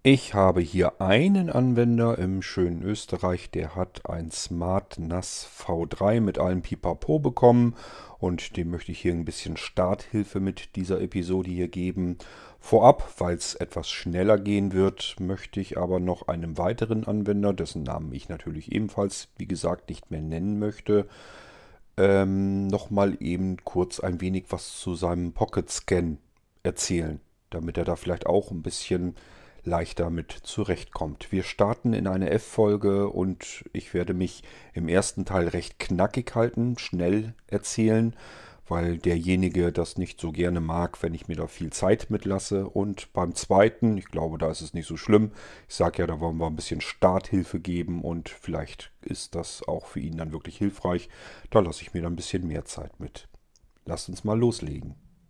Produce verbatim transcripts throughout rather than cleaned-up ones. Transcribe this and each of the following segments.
Ich habe hier einen Anwender im schönen Österreich, der hat ein Smart N A S V drei mit allem Pipapo bekommen und dem möchte ich hier ein bisschen Starthilfe mit dieser Episode hier geben. Vorab, weil es etwas schneller gehen wird, möchte ich aber noch einem weiteren Anwender, dessen Namen ich natürlich ebenfalls, wie gesagt, nicht mehr nennen möchte, ähm, nochmal eben kurz ein wenig was zu seinem Pocket Scan erzählen, damit er da vielleicht auch ein bisschen leichter mit zurechtkommt. Wir starten in eine F-Folge und ich werde mich im ersten Teil recht knackig halten, schnell erzählen, weil derjenige das nicht so gerne mag, wenn ich mir da viel Zeit mitlasse. Und beim zweiten, ich glaube, da ist es nicht so schlimm. Ich sage ja, da wollen wir ein bisschen Starthilfe geben und vielleicht ist das auch für ihn dann wirklich hilfreich. Da lasse ich mir dann ein bisschen mehr Zeit mit. Lasst uns mal loslegen.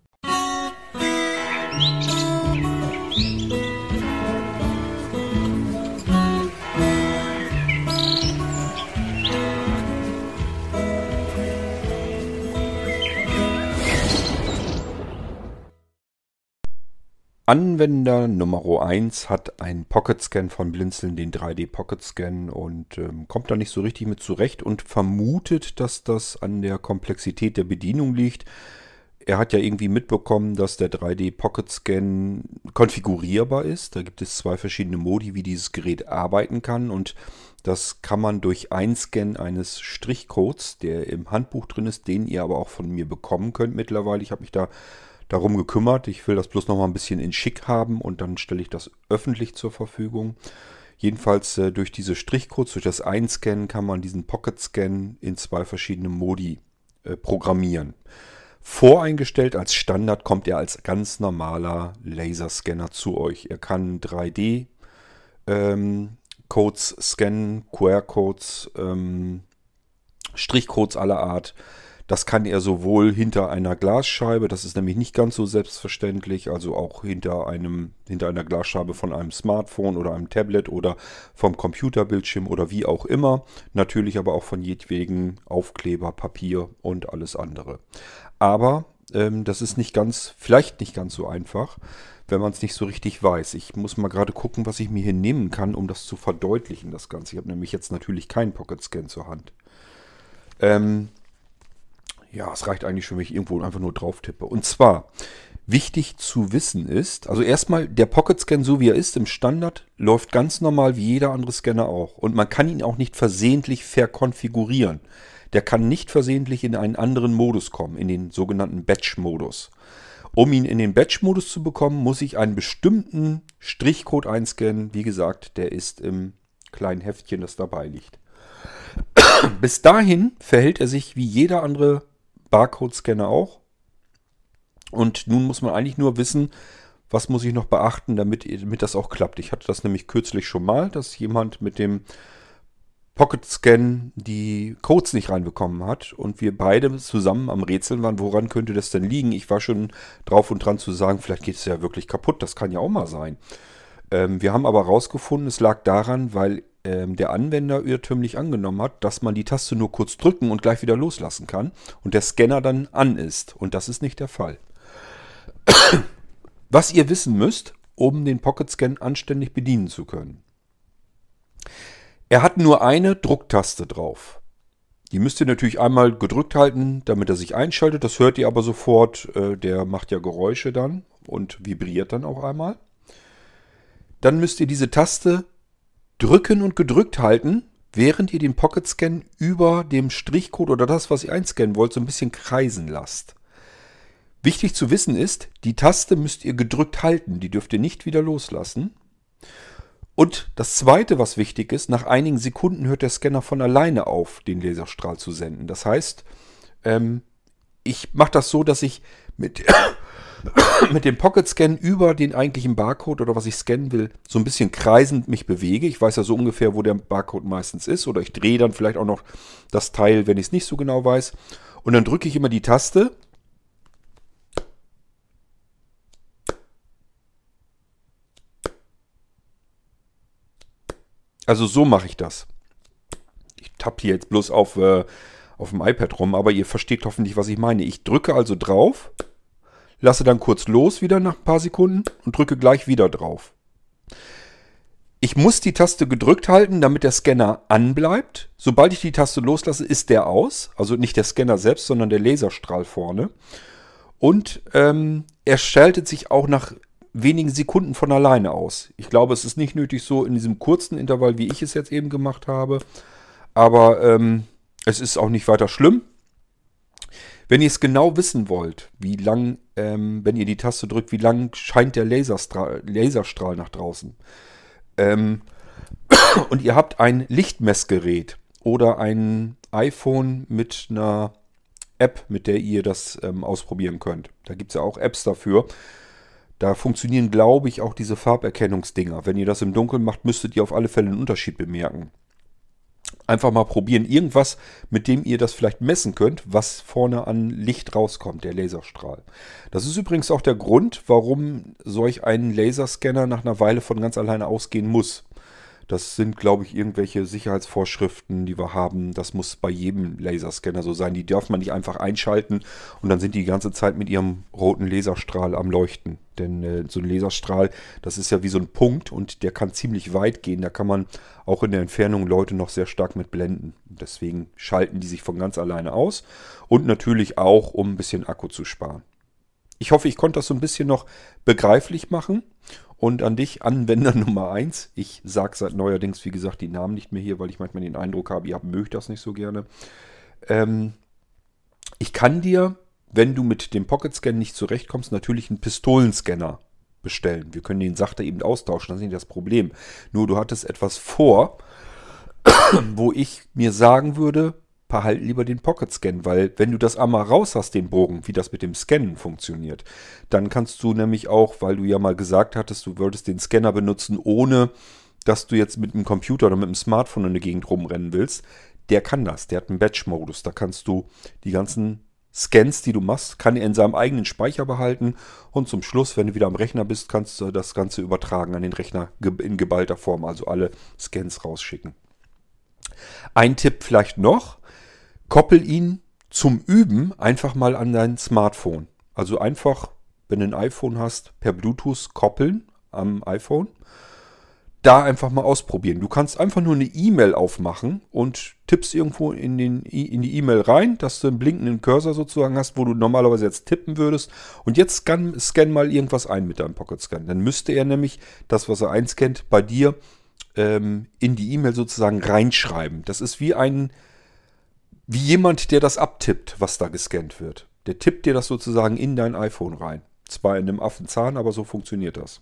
Anwender Nummer eins hat einen Pocket Scan von Blinzeln, den drei D Pocket Scan und ähm, kommt da nicht so richtig mit zurecht und vermutet, dass das an der Komplexität der Bedienung liegt. Er hat ja irgendwie mitbekommen, dass der drei D Pocket Scan konfigurierbar ist. Da gibt es zwei verschiedene Modi, wie dieses Gerät arbeiten kann und das kann man durch Einscannen eines Strichcodes, der im Handbuch drin ist, den ihr aber auch von mir bekommen könnt mittlerweile. Ich habe mich da darum gekümmert. Ich will das bloß noch mal ein bisschen in schick haben und dann stelle ich das öffentlich zur Verfügung. Jedenfalls äh, durch diese Strichcodes, durch das Einscannen kann man diesen Pocket Scan in zwei verschiedene Modi äh, programmieren. Voreingestellt als Standard kommt er als ganz normaler Laserscanner zu euch. Er kann drei D ähm, Codes scannen, Q R-Codes, ähm, Strichcodes aller Art. Das kann er sowohl hinter einer Glasscheibe, das ist nämlich nicht ganz so selbstverständlich, also auch hinter einem, hinter einer Glasscheibe von einem Smartphone oder einem Tablet oder vom Computerbildschirm oder wie auch immer. Natürlich aber auch von jedwegen Aufkleber, Papier und alles andere. Aber ähm, das ist nicht ganz, vielleicht nicht ganz so einfach, wenn man es nicht so richtig weiß. Ich muss mal gerade gucken, was ich mir hier nehmen kann, um das zu verdeutlichen, das Ganze. Ich habe nämlich jetzt natürlich keinen Pocket Scan zur Hand. Ähm... Ja, es reicht eigentlich schon, wenn ich irgendwo einfach nur drauf tippe. Und zwar, wichtig zu wissen ist, also erstmal, der Pocket Scan, so wie er ist, im Standard, läuft ganz normal wie jeder andere Scanner auch. Und man kann ihn auch nicht versehentlich verkonfigurieren. Der kann nicht versehentlich in einen anderen Modus kommen, in den sogenannten Batch-Modus. Um ihn in den Batch-Modus zu bekommen, muss ich einen bestimmten Strichcode einscannen. Wie gesagt, der ist im kleinen Heftchen, das dabei liegt. Bis dahin verhält er sich wie jeder andere Barcode-Scanner auch. Und nun muss man eigentlich nur wissen, was muss ich noch beachten, damit, damit das auch klappt. Ich hatte das nämlich kürzlich schon mal, dass jemand mit dem Pocket Scan die Codes nicht reinbekommen hat und wir beide zusammen am Rätseln waren, woran könnte das denn liegen. Ich war schon drauf und dran zu sagen, vielleicht geht es ja wirklich kaputt, das kann ja auch mal sein. Ähm, wir haben aber herausgefunden, es lag daran, weil der Anwender irrtümlich angenommen hat, dass man die Taste nur kurz drücken und gleich wieder loslassen kann und der Scanner dann an ist. Und das ist nicht der Fall. Was ihr wissen müsst, um den Pocket Scan anständig bedienen zu können. Er hat nur eine Drucktaste drauf. Die müsst ihr natürlich einmal gedrückt halten, damit er sich einschaltet. Das hört ihr aber sofort. Der macht ja Geräusche dann und vibriert dann auch einmal. Dann müsst ihr diese Taste drücken und gedrückt halten, während ihr den Pocket Scan über dem Strichcode oder das, was ihr einscannen wollt, so ein bisschen kreisen lasst. Wichtig zu wissen ist, die Taste müsst ihr gedrückt halten, die dürft ihr nicht wieder loslassen. Und das Zweite, was wichtig ist, nach einigen Sekunden hört der Scanner von alleine auf, den Laserstrahl zu senden. Das heißt, ähm, ich mache das so, dass ich mit mit dem Pocket Scan über den eigentlichen Barcode oder was ich scannen will, so ein bisschen kreisend mich bewege. Ich weiß ja so ungefähr, wo der Barcode meistens ist. Oder ich drehe dann vielleicht auch noch das Teil, wenn ich es nicht so genau weiß. Und dann drücke ich immer die Taste. Also so mache ich das. Ich tappe hier jetzt bloß auf, äh, auf dem iPad rum, aber ihr versteht hoffentlich, was ich meine. Ich drücke also drauf. Lasse dann kurz los wieder nach ein paar Sekunden und drücke gleich wieder drauf. Ich muss die Taste gedrückt halten, damit der Scanner anbleibt. Sobald ich die Taste loslasse, ist der aus. Also nicht der Scanner selbst, sondern der Laserstrahl vorne. Und ähm, er schaltet sich auch nach wenigen Sekunden von alleine aus. Ich glaube, es ist nicht nötig so in diesem kurzen Intervall, wie ich es jetzt eben gemacht habe. Aber ähm, es ist auch nicht weiter schlimm. Wenn ihr es genau wissen wollt, wie lang, ähm, wenn ihr die Taste drückt, wie lang scheint der Laserstrahl, Laserstrahl nach draußen. Ähm, und ihr habt ein Lichtmessgerät oder ein iPhone mit einer App, mit der ihr das ähm, ausprobieren könnt. Da gibt es ja auch Apps dafür. Da funktionieren, glaube ich, auch diese Farberkennungsdinger. Wenn ihr das im Dunkeln macht, müsstet ihr auf alle Fälle einen Unterschied bemerken. Einfach mal probieren. Irgendwas, mit dem ihr das vielleicht messen könnt, was vorne an Licht rauskommt, der Laserstrahl. Das ist übrigens auch der Grund, warum solch ein Laserscanner nach einer Weile von ganz alleine ausgehen muss. Das sind, glaube ich, irgendwelche Sicherheitsvorschriften, die wir haben. Das muss bei jedem Laserscanner so sein. Die darf man nicht einfach einschalten und dann sind die die ganze Zeit mit ihrem roten Laserstrahl am Leuchten. Denn äh, so ein Laserstrahl, das ist ja wie so ein Punkt und der kann ziemlich weit gehen. Da kann man auch in der Entfernung Leute noch sehr stark mit blenden. Deswegen schalten die sich von ganz alleine aus und natürlich auch, um ein bisschen Akku zu sparen. Ich hoffe, ich konnte das so ein bisschen noch begreiflich machen. Und an dich, Anwender Nummer eins. Ich sage seit neuerdings, wie gesagt, die Namen nicht mehr hier, weil ich manchmal den Eindruck habe, ihr mögt das nicht so gerne. Ähm, ich kann dir, wenn du mit dem Pocket-Scan nicht zurechtkommst, natürlich einen Pistolenscanner bestellen. Wir können den sachte eben austauschen, das ist nicht das Problem. Nur du hattest etwas vor, wo ich mir sagen würde, behalt lieber den Pocket-Scan, weil wenn du das einmal raus hast, den Bogen, wie das mit dem Scannen funktioniert, dann kannst du nämlich auch, weil du ja mal gesagt hattest, du würdest den Scanner benutzen, ohne dass du jetzt mit dem Computer oder mit dem Smartphone in der Gegend rumrennen willst, der kann das, der hat einen Batch-Modus, da kannst du die ganzen Scans, die du machst, kann er in seinem eigenen Speicher behalten und zum Schluss, wenn du wieder am Rechner bist, kannst du das Ganze übertragen an den Rechner in geballter Form, also alle Scans rausschicken. Ein Tipp vielleicht noch, koppel ihn zum Üben einfach mal an dein Smartphone. Also einfach, wenn du ein iPhone hast, per Bluetooth koppeln am iPhone. Da einfach mal ausprobieren. Du kannst einfach nur eine E-Mail aufmachen und tippst irgendwo in, den, in die E-Mail rein, dass du einen blinkenden Cursor sozusagen hast, wo du normalerweise jetzt tippen würdest. Und jetzt scan, scan mal irgendwas ein mit deinem Pocket Scan. Dann müsste er nämlich das, was er einscannt, bei dir ähm, in die E-Mail sozusagen reinschreiben. Das ist wie ein Wie jemand, der das abtippt, was da gescannt wird. Der tippt dir das sozusagen in dein iPhone rein. Zwar in einem Affenzahn, aber so funktioniert das.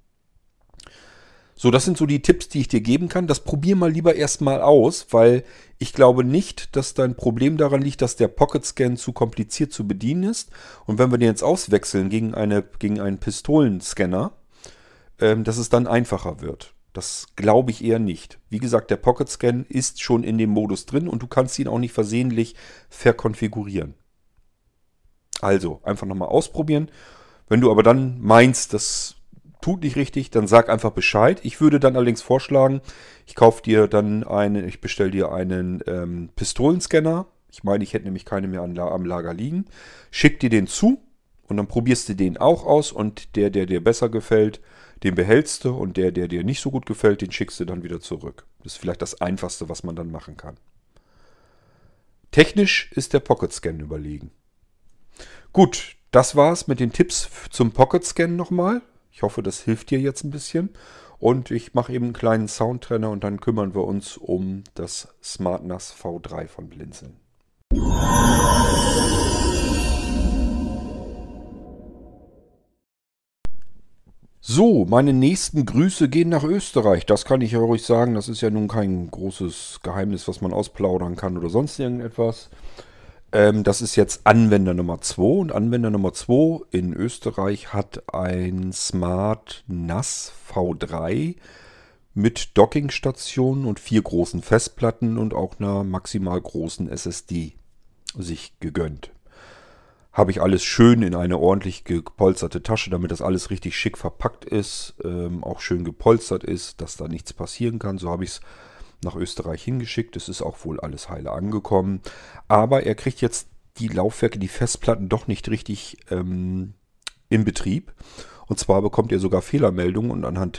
So, das sind so die Tipps, die ich dir geben kann. Das probier mal lieber erstmal aus, weil ich glaube nicht, dass dein Problem daran liegt, dass der Pocket Scan zu kompliziert zu bedienen ist. Und wenn wir den jetzt auswechseln gegen, eine, gegen einen Pistolenscanner, ähm, dass es dann einfacher wird. Das glaube ich eher nicht. Wie gesagt, der Pocket Scan ist schon in dem Modus drin und du kannst ihn auch nicht versehentlich verkonfigurieren. Also, einfach nochmal ausprobieren. Wenn du aber dann meinst, das tut nicht richtig, dann sag einfach Bescheid. Ich würde dann allerdings vorschlagen, ich kaufe dir dann einen, ich bestelle dir einen ähm, Pistolenscanner. Ich meine, ich hätte nämlich keine mehr an, am Lager liegen. Schick dir den zu und dann probierst du den auch aus und der, der dir besser gefällt, den behältst du und der, der dir nicht so gut gefällt, den schickst du dann wieder zurück. Das ist vielleicht das Einfachste, was man dann machen kann. Technisch ist der Pocket Scan überlegen. Gut, das war's mit den Tipps zum Pocket Scan nochmal. Ich hoffe, das hilft dir jetzt ein bisschen. Und ich mache eben einen kleinen Soundtrenner und dann kümmern wir uns um das SmartNAS V drei von Blinzeln. So, meine nächsten Grüße gehen nach Österreich. Das kann ich ja ruhig sagen. Das ist ja nun kein großes Geheimnis, was man ausplaudern kann oder sonst irgendetwas. Ähm, das ist jetzt Anwender Nummer zwei. Und Anwender Nummer zwei in Österreich hat ein SmartNAS V drei mit Dockingstation und vier großen Festplatten und auch einer maximal großen S S D sich gegönnt. Habe ich alles schön in eine ordentlich gepolsterte Tasche, damit das alles richtig schick verpackt ist, ähm, auch schön gepolstert ist, dass da nichts passieren kann. So habe ich es nach Österreich hingeschickt. Es ist auch wohl alles heile angekommen. Aber er kriegt jetzt die Laufwerke, die Festplatten doch nicht richtig ähm, in Betrieb. Und zwar bekommt er sogar Fehlermeldungen und anhand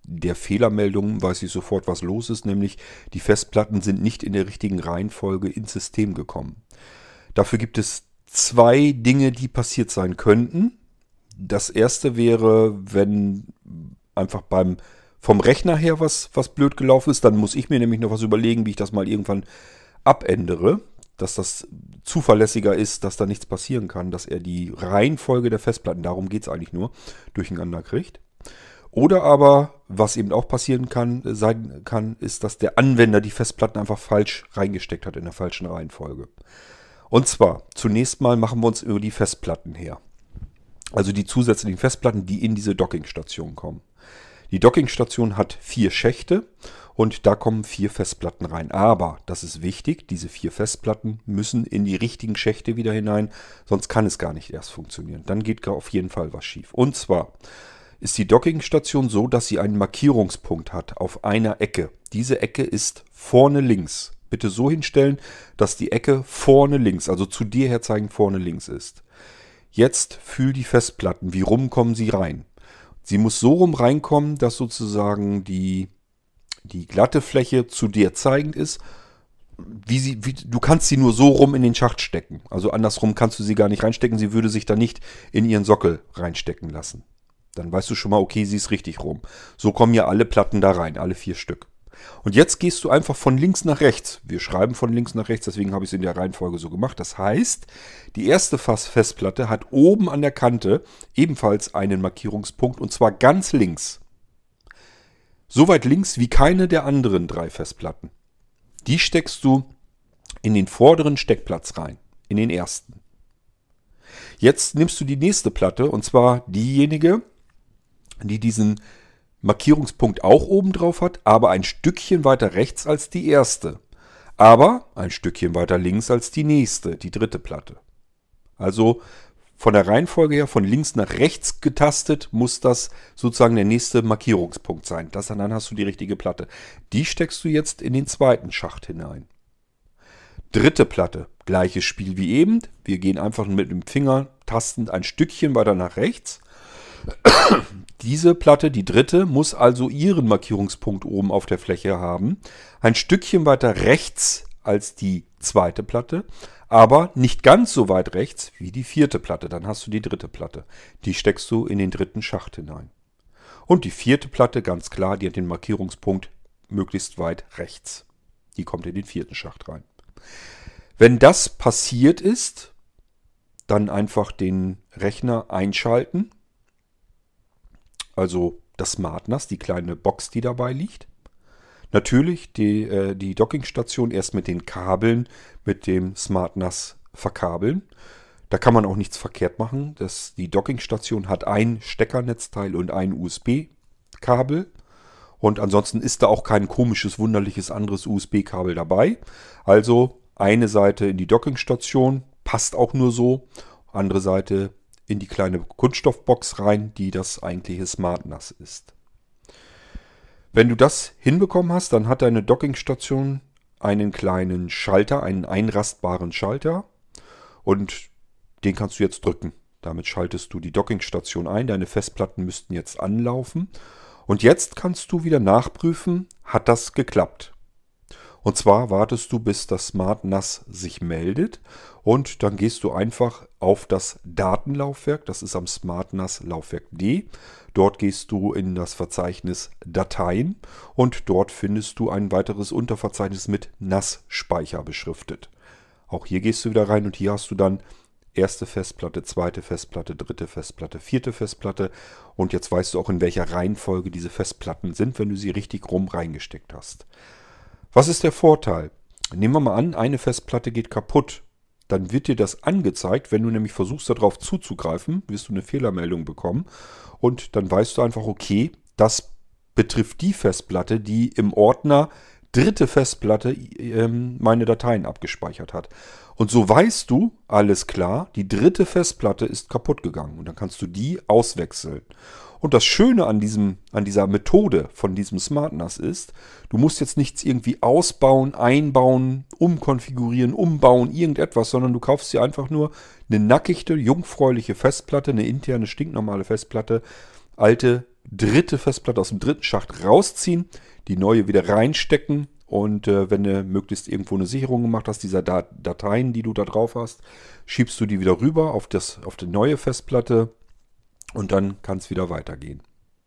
der Fehlermeldung weiß ich sofort, was los ist, nämlich die Festplatten sind nicht in der richtigen Reihenfolge ins System gekommen. Dafür gibt es zwei Dinge, die passiert sein könnten. Das erste wäre, wenn einfach beim vom Rechner her was, was blöd gelaufen ist, dann muss ich mir nämlich noch was überlegen, wie ich das mal irgendwann abändere, dass das zuverlässiger ist, dass da nichts passieren kann, dass er die Reihenfolge der Festplatten, darum geht es eigentlich nur, durcheinander kriegt. Oder aber, was eben auch passieren kann, sein kann, ist, dass der Anwender die Festplatten einfach falsch reingesteckt hat in der falschen Reihenfolge. Und zwar, zunächst mal machen wir uns über die Festplatten her. Also die zusätzlichen Festplatten, die in diese Dockingstation kommen. Die Dockingstation hat vier Schächte und da kommen vier Festplatten rein. Aber, das ist wichtig, diese vier Festplatten müssen in die richtigen Schächte wieder hinein, sonst kann es gar nicht erst funktionieren. Dann geht auf jeden Fall was schief. Und zwar ist die Dockingstation so, dass sie einen Markierungspunkt hat auf einer Ecke. Diese Ecke ist vorne links. Bitte so hinstellen, dass die Ecke vorne links, also zu dir her zeigen, vorne links ist. Jetzt fühl die Festplatten. Wie rum kommen sie rein? Sie muss so rum reinkommen, dass sozusagen die, die glatte Fläche zu dir zeigend ist. Wie sie, wie, du kannst sie nur so rum in den Schacht stecken. Also andersrum kannst du sie gar nicht reinstecken. Sie würde sich da nicht in ihren Sockel reinstecken lassen. Dann weißt du schon mal, okay, sie ist richtig rum. So kommen ja alle Platten da rein, alle vier Stück. Und jetzt gehst du einfach von links nach rechts. Wir schreiben von links nach rechts, deswegen habe ich es in der Reihenfolge so gemacht. Das heißt, die erste Festplatte hat oben an der Kante ebenfalls einen Markierungspunkt und zwar ganz links. So weit links wie keine der anderen drei Festplatten. Die steckst du in den vorderen Steckplatz rein, in den ersten. Jetzt nimmst du die nächste Platte und zwar diejenige, die diesen Markierungspunkt auch oben drauf hat, aber ein Stückchen weiter rechts als die erste. Aber ein Stückchen weiter links als die nächste, die dritte Platte. Also von der Reihenfolge her von links nach rechts getastet muss das sozusagen der nächste Markierungspunkt sein. Das, dann hast du die richtige Platte. Die steckst du jetzt in den zweiten Schacht hinein. Dritte Platte, gleiches Spiel wie eben. Wir gehen einfach mit dem Finger tastend ein Stückchen weiter nach rechts. Diese Platte, die dritte, muss also ihren Markierungspunkt oben auf der Fläche haben. Ein Stückchen weiter rechts als die zweite Platte, aber nicht ganz so weit rechts wie die vierte Platte. Dann hast du die dritte Platte. Die steckst du in den dritten Schacht hinein. Und die vierte Platte, ganz klar, die hat den Markierungspunkt möglichst weit rechts. Die kommt in den vierten Schacht rein. Wenn das passiert ist, dann einfach den Rechner einschalten. Also das SmartNAS, die kleine Box, die dabei liegt. Natürlich die, äh, die Dockingstation erst mit den Kabeln mit dem SmartNAS verkabeln. Da kann man auch nichts verkehrt machen. Das, die Dockingstation hat ein Steckernetzteil und ein U S B-Kabel. Und ansonsten ist da auch kein komisches, wunderliches anderes U S B-Kabel dabei. Also eine Seite in die Dockingstation, passt auch nur so. Andere Seite in die kleine Kunststoffbox rein, die das eigentliche SmartNAS ist. Wenn du das hinbekommen hast, dann hat deine Dockingstation einen kleinen Schalter, einen einrastbaren Schalter und den kannst du jetzt drücken. Damit schaltest du die Dockingstation ein, deine Festplatten müssten jetzt anlaufen und jetzt kannst du wieder nachprüfen, hat das geklappt. Und zwar wartest du, bis das SmartNAS sich meldet und dann gehst du einfach auf das Datenlaufwerk, das ist am SmartNAS Laufwerk D. Dort gehst du in das Verzeichnis Dateien und dort findest du ein weiteres Unterverzeichnis mit N A S-Speicher beschriftet. Auch hier gehst du wieder rein und hier hast du dann erste Festplatte, zweite Festplatte, dritte Festplatte, vierte Festplatte und jetzt weißt du auch, in welcher Reihenfolge diese Festplatten sind, wenn du sie richtig rum reingesteckt hast. Was ist der Vorteil? Nehmen wir mal an, eine Festplatte geht kaputt. Dann wird dir das angezeigt, wenn du nämlich versuchst, darauf zuzugreifen, wirst du eine Fehlermeldung bekommen. Und dann weißt du einfach, okay, das betrifft die Festplatte, die im Ordner dritte Festplatte ähm, meine Dateien abgespeichert hat. Und so weißt du, alles klar, die dritte Festplatte ist kaputt gegangen. Und dann kannst du die auswechseln. Und das Schöne an, diesem, an dieser Methode von diesem SmartNAS ist, du musst jetzt nichts irgendwie ausbauen, einbauen, umkonfigurieren, umbauen, irgendetwas, sondern du kaufst dir einfach nur eine nackigte, jungfräuliche Festplatte, eine interne, stinknormale Festplatte, alte dritte Festplatte aus dem dritten Schacht rausziehen, die neue wieder reinstecken und äh, wenn du möglichst irgendwo eine Sicherung gemacht hast, dieser Dat- Dateien, die du da drauf hast, schiebst du die wieder rüber auf, das, auf die neue Festplatte und dann kann es wieder weitergehen.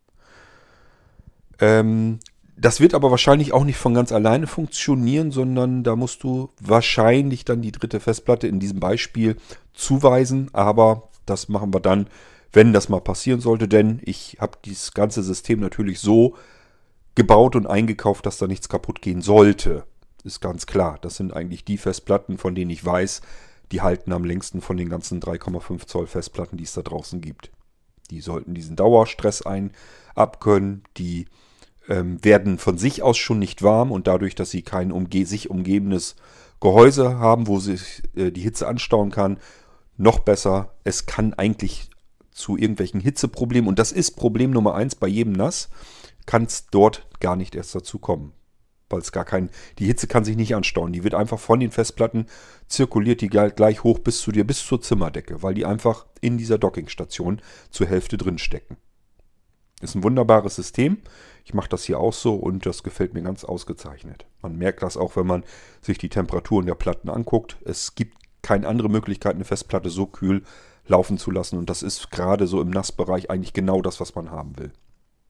Ähm, das wird aber wahrscheinlich auch nicht von ganz alleine funktionieren, sondern da musst du wahrscheinlich dann die dritte Festplatte in diesem Beispiel zuweisen, aber das machen wir dann, wenn das mal passieren sollte, denn ich habe dieses ganze System natürlich so gebaut und eingekauft, dass da nichts kaputt gehen sollte. Ist ganz klar. Das sind eigentlich die Festplatten, von denen ich weiß, die halten am längsten von den ganzen drei Komma fünf Zoll Festplatten, die es da draußen gibt. Die sollten diesen Dauerstress ein abkönnen, die ähm, werden von sich aus schon nicht warm und dadurch, dass sie kein umge sich umgebendes Gehäuse haben, wo sich äh, die Hitze anstauen kann, noch besser, es kann eigentlich zu irgendwelchen Hitzeproblemen, und das ist Problem Nummer eins bei jedem N A S, kann es dort gar nicht erst dazu kommen. Weil es gar kein, die Hitze kann sich nicht anstauen. Die wird einfach von den Festplatten zirkuliert, die gleich hoch bis zu dir, bis zur Zimmerdecke, weil die einfach in dieser Dockingstation zur Hälfte drin stecken. Ist ein wunderbares System. Ich mache das hier auch so und das gefällt mir ganz ausgezeichnet. Man merkt das auch, wenn man sich die Temperaturen der Platten anguckt. Es gibt keine andere Möglichkeit, eine Festplatte so kühl laufen zu lassen. Und das ist gerade so im N A S-Bereich eigentlich genau das, was man haben will.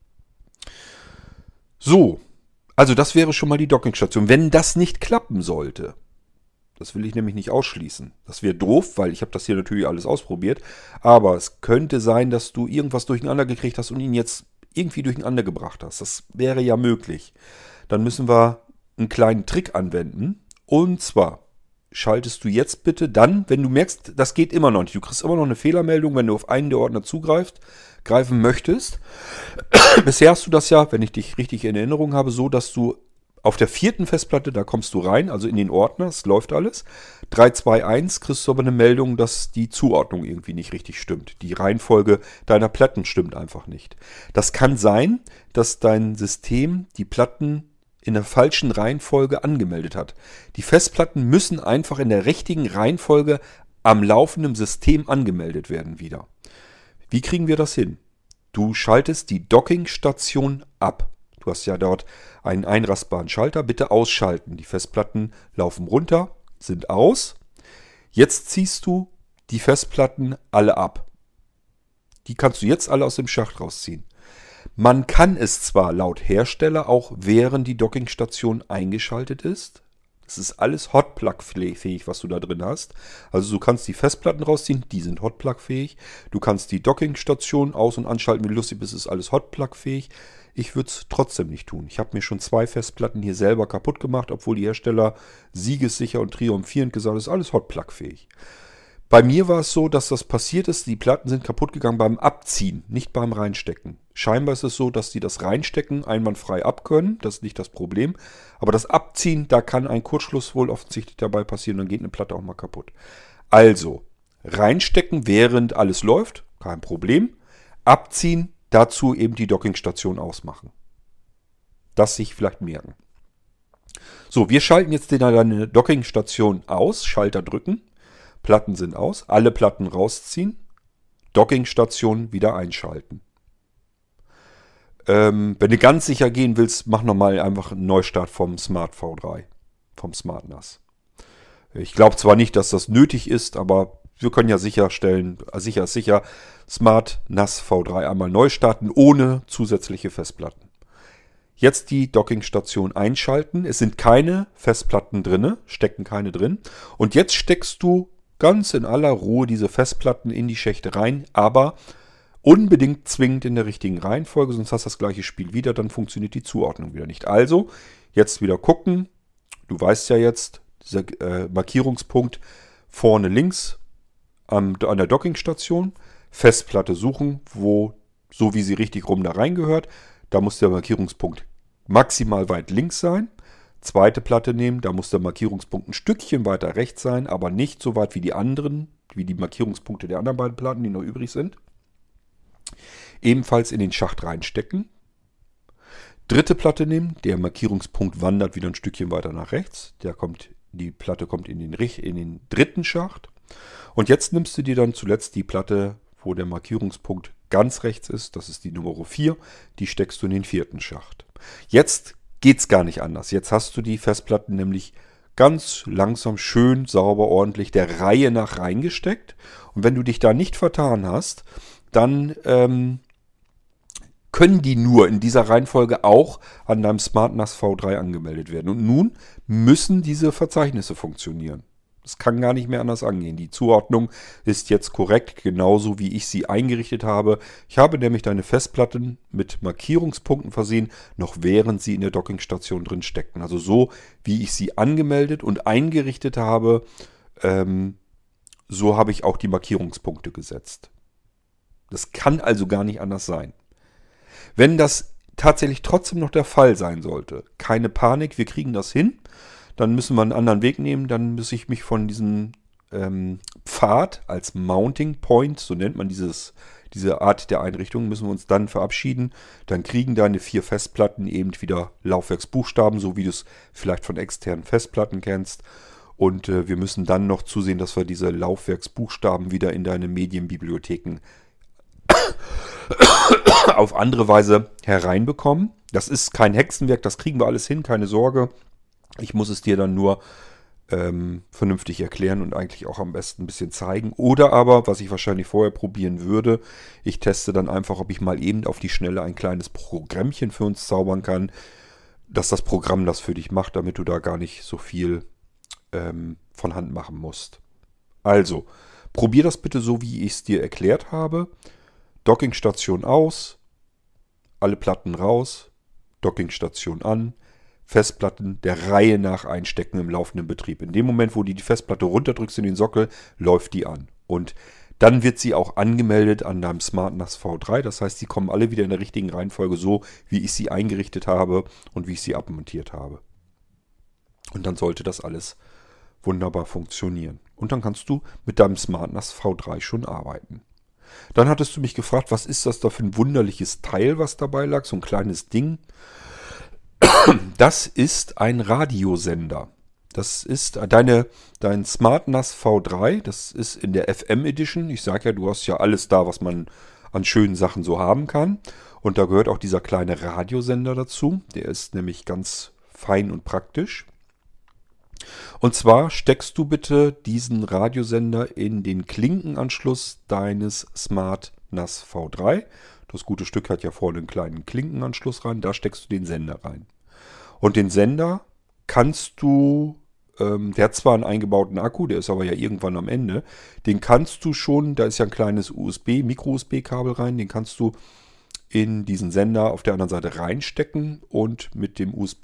So, also das wäre schon mal die Dockingstation. Wenn das nicht klappen sollte, das will ich nämlich nicht ausschließen. Das wäre doof, weil ich habe das hier natürlich alles ausprobiert. Aber es könnte sein, dass du irgendwas durcheinander gekriegt hast und ihn jetzt irgendwie durcheinander gebracht hast. Das wäre ja möglich. Dann müssen wir einen kleinen Trick anwenden. Und zwar schaltest du jetzt bitte dann, wenn du merkst, das geht immer noch nicht. Du kriegst immer noch eine Fehlermeldung, wenn du auf einen der Ordner zugreifst, greifen möchtest. Bisher hast du das ja, wenn ich dich richtig in Erinnerung habe, so, dass du auf der vierten Festplatte, da kommst du rein, also in den Ordner, es läuft alles. drei zwei eins kriegst du aber eine Meldung, dass die Zuordnung irgendwie nicht richtig stimmt. Die Reihenfolge deiner Platten stimmt einfach nicht. Das kann sein, dass dein System die Platten in der falschen Reihenfolge angemeldet hat. Die Festplatten müssen einfach in der richtigen Reihenfolge am laufenden System angemeldet werden wieder. Wie kriegen wir das hin? Du schaltest die Dockingstation ab. Du hast ja dort einen einrastbaren Schalter. Bitte ausschalten. Die Festplatten laufen runter, sind aus. Jetzt ziehst du die Festplatten alle ab. Die kannst du jetzt alle aus dem Schacht rausziehen. Man kann es zwar laut Hersteller auch während die Dockingstation eingeschaltet ist. Es ist alles Hotplug-fähig, was du da drin hast. Also du kannst die Festplatten rausziehen, die sind Hotplug-fähig. Du kannst die Dockingstation aus- und anschalten, wie du lustig bist, ist alles Hotplug-fähig. Ich würde es trotzdem nicht tun. Ich habe mir schon zwei Festplatten hier selber kaputt gemacht, obwohl die Hersteller siegessicher und triumphierend gesagt haben, es ist alles Hotplug-fähig. Bei mir war es so, dass das passiert ist, die Platten sind kaputt gegangen beim Abziehen, nicht beim Reinstecken. Scheinbar ist es so, dass die das Reinstecken einwandfrei abkönnen, das ist nicht das Problem. Aber das Abziehen, da kann ein Kurzschluss wohl offensichtlich dabei passieren, dann geht eine Platte auch mal kaputt. Also, reinstecken, während alles läuft, kein Problem. Abziehen, dazu eben die Dockingstation ausmachen. Das sich vielleicht merken. So, wir schalten jetzt deine Dockingstation aus, Schalter drücken. Platten sind aus, alle Platten rausziehen, Dockingstation wieder einschalten. Ähm, wenn du ganz sicher gehen willst, mach nochmal einfach einen Neustart vom Smart V drei, vom Smart N A S. Ich glaube zwar nicht, dass das nötig ist, aber wir können ja sicherstellen, sicher ist sicher, Smart N A S V drei einmal neu starten, ohne zusätzliche Festplatten. Jetzt die Dockingstation einschalten. Es sind keine Festplatten drin, stecken keine drin. Und jetzt steckst du ganz in aller Ruhe diese Festplatten in die Schächte rein, aber unbedingt zwingend in der richtigen Reihenfolge, sonst hast du das gleiche Spiel wieder, dann funktioniert die Zuordnung wieder nicht. Also, jetzt wieder gucken. Du weißt ja jetzt, dieser äh, Markierungspunkt vorne links am, an der Dockingstation, Festplatte suchen, wo, so wie sie richtig rum da reingehört, da muss der Markierungspunkt maximal weit links sein. Zweite Platte nehmen, da muss der Markierungspunkt ein Stückchen weiter rechts sein, aber nicht so weit wie die anderen, wie die Markierungspunkte der anderen beiden Platten, die noch übrig sind. Ebenfalls in den Schacht reinstecken. Dritte Platte nehmen, der Markierungspunkt wandert wieder ein Stückchen weiter nach rechts. Der kommt, die Platte kommt in den, in den dritten Schacht. Und jetzt nimmst du dir dann zuletzt die Platte, wo der Markierungspunkt ganz rechts ist, das ist die Nummer vier, die steckst du in den vierten Schacht. Jetzt geht's gar nicht anders. Jetzt hast du die Festplatten nämlich ganz langsam, schön, sauber, ordentlich der Reihe nach reingesteckt. Und wenn du dich da nicht vertan hast, dann ähm, können die nur in dieser Reihenfolge auch an deinem SmartNAS V drei angemeldet werden. Und nun müssen diese Verzeichnisse funktionieren. Es kann gar nicht mehr anders angehen. Die Zuordnung ist jetzt korrekt, genauso wie ich sie eingerichtet habe. Ich habe nämlich deine Festplatten mit Markierungspunkten versehen, noch während sie in der Dockingstation drin steckten. Also so, wie ich sie angemeldet und eingerichtet habe, ähm, so habe ich auch die Markierungspunkte gesetzt. Das kann also gar nicht anders sein. Wenn das tatsächlich trotzdem noch der Fall sein sollte, keine Panik, wir kriegen das hin. Dann müssen wir einen anderen Weg nehmen. Dann muss ich mich von diesem ähm, Pfad als Mounting Point, so nennt man dieses, diese Art der Einrichtung, müssen wir uns dann verabschieden. Dann kriegen deine vier Festplatten eben wieder Laufwerksbuchstaben, so wie du es vielleicht von externen Festplatten kennst. Und äh, wir müssen dann noch zusehen, dass wir diese Laufwerksbuchstaben wieder in deine Medienbibliotheken auf andere Weise hereinbekommen. Das ist kein Hexenwerk, das kriegen wir alles hin, keine Sorge. Ich muss es dir dann nur ähm, vernünftig erklären und eigentlich auch am besten ein bisschen zeigen. Oder aber, was ich wahrscheinlich vorher probieren würde, ich teste dann einfach, ob ich mal eben auf die Schnelle ein kleines Programmchen für uns zaubern kann, dass das Programm das für dich macht, damit du da gar nicht so viel ähm, von Hand machen musst. Also, probier das bitte so, wie ich es dir erklärt habe. Dockingstation aus, alle Platten raus, Dockingstation an, Festplatten der Reihe nach einstecken im laufenden Betrieb. In dem Moment, wo du die Festplatte runterdrückst in den Sockel, läuft die an. Und dann wird sie auch angemeldet an deinem SmartNAS V drei. Das heißt, die kommen alle wieder in der richtigen Reihenfolge, so wie ich sie eingerichtet habe und wie ich sie abmontiert habe. Und dann sollte das alles wunderbar funktionieren. Und dann kannst du mit deinem SmartNAS V drei schon arbeiten. Dann hattest du mich gefragt, was ist das da für ein wunderliches Teil, was dabei lag? So ein kleines Ding. Das ist ein Radiosender. Das ist deine, dein SmartNAS V drei. Das ist in der F M Edition. Ich sage ja, du hast ja alles da, was man an schönen Sachen so haben kann. Und da gehört auch dieser kleine Radiosender dazu. Der ist nämlich ganz fein und praktisch. Und zwar steckst du bitte diesen Radiosender in den Klinkenanschluss deines SmartNAS V drei. Das gute Stück hat ja vorne einen kleinen Klinkenanschluss rein. Da steckst du den Sender rein. Und den Sender kannst du, ähm, der hat zwar einen eingebauten Akku, der ist aber ja irgendwann am Ende. Den kannst du schon, da ist ja ein kleines U S B, Micro-U S B-Kabel rein. Den kannst du in diesen Sender auf der anderen Seite reinstecken und mit dem U S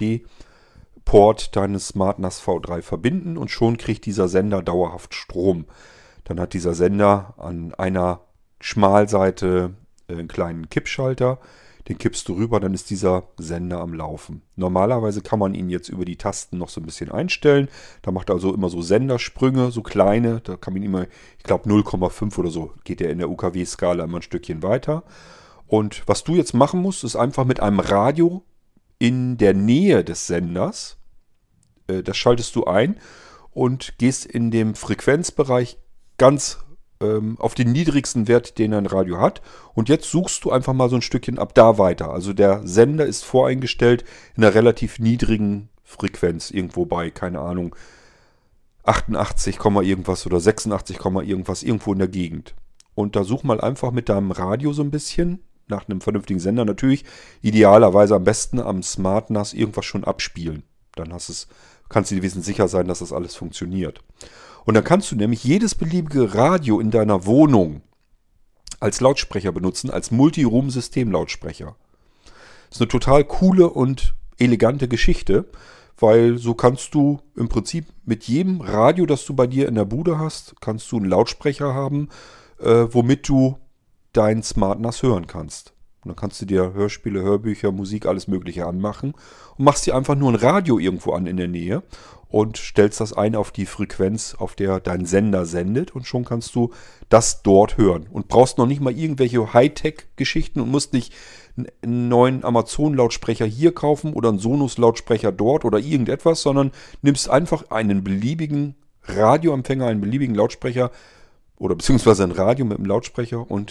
B-Port deines SmartNAS V drei verbinden. Und schon kriegt dieser Sender dauerhaft Strom. Dann hat dieser Sender an einer Schmalseite einen kleinen Kippschalter, den kippst du rüber, dann ist dieser Sender am Laufen. Normalerweise kann man ihn jetzt über die Tasten noch so ein bisschen einstellen. Da macht er also immer so Sendersprünge, so kleine. Da kann man immer, ich glaube null Komma fünf oder so, geht er in der U K W-Skala immer ein Stückchen weiter. Und was du jetzt machen musst, ist einfach mit einem Radio in der Nähe des Senders, äh, das schaltest du ein und gehst in dem Frequenzbereich ganz auf den niedrigsten Wert, den ein Radio hat. Und jetzt suchst du einfach mal so ein Stückchen ab da weiter. Also der Sender ist voreingestellt in einer relativ niedrigen Frequenz. Irgendwo bei, keine Ahnung, achtundachtzig, irgendwas oder sechsundachtzig, irgendwas, irgendwo in der Gegend. Und da such mal einfach mit deinem Radio so ein bisschen nach einem vernünftigen Sender. Natürlich idealerweise am besten am SmartNAS irgendwas schon abspielen. Dann hast es, kannst du dir wesentlich sicher sein, dass das alles funktioniert. Und dann kannst du nämlich jedes beliebige Radio in deiner Wohnung als Lautsprecher benutzen, als Multi-Room-System-Lautsprecher. Das ist eine total coole und elegante Geschichte, weil so kannst du im Prinzip mit jedem Radio, das du bei dir in der Bude hast, kannst du einen Lautsprecher haben, äh, womit du dein SmartNAS hören kannst. Und dann kannst du dir Hörspiele, Hörbücher, Musik, alles Mögliche anmachen und machst dir einfach nur ein Radio irgendwo an in der Nähe und stellst das ein auf die Frequenz, auf der dein Sender sendet und schon kannst du das dort hören. Und brauchst noch nicht mal irgendwelche Hightech-Geschichten und musst nicht einen neuen Amazon-Lautsprecher hier kaufen oder einen Sonos-Lautsprecher dort oder irgendetwas, sondern nimmst einfach einen beliebigen Radioempfänger, einen beliebigen Lautsprecher oder beziehungsweise ein Radio mit einem Lautsprecher und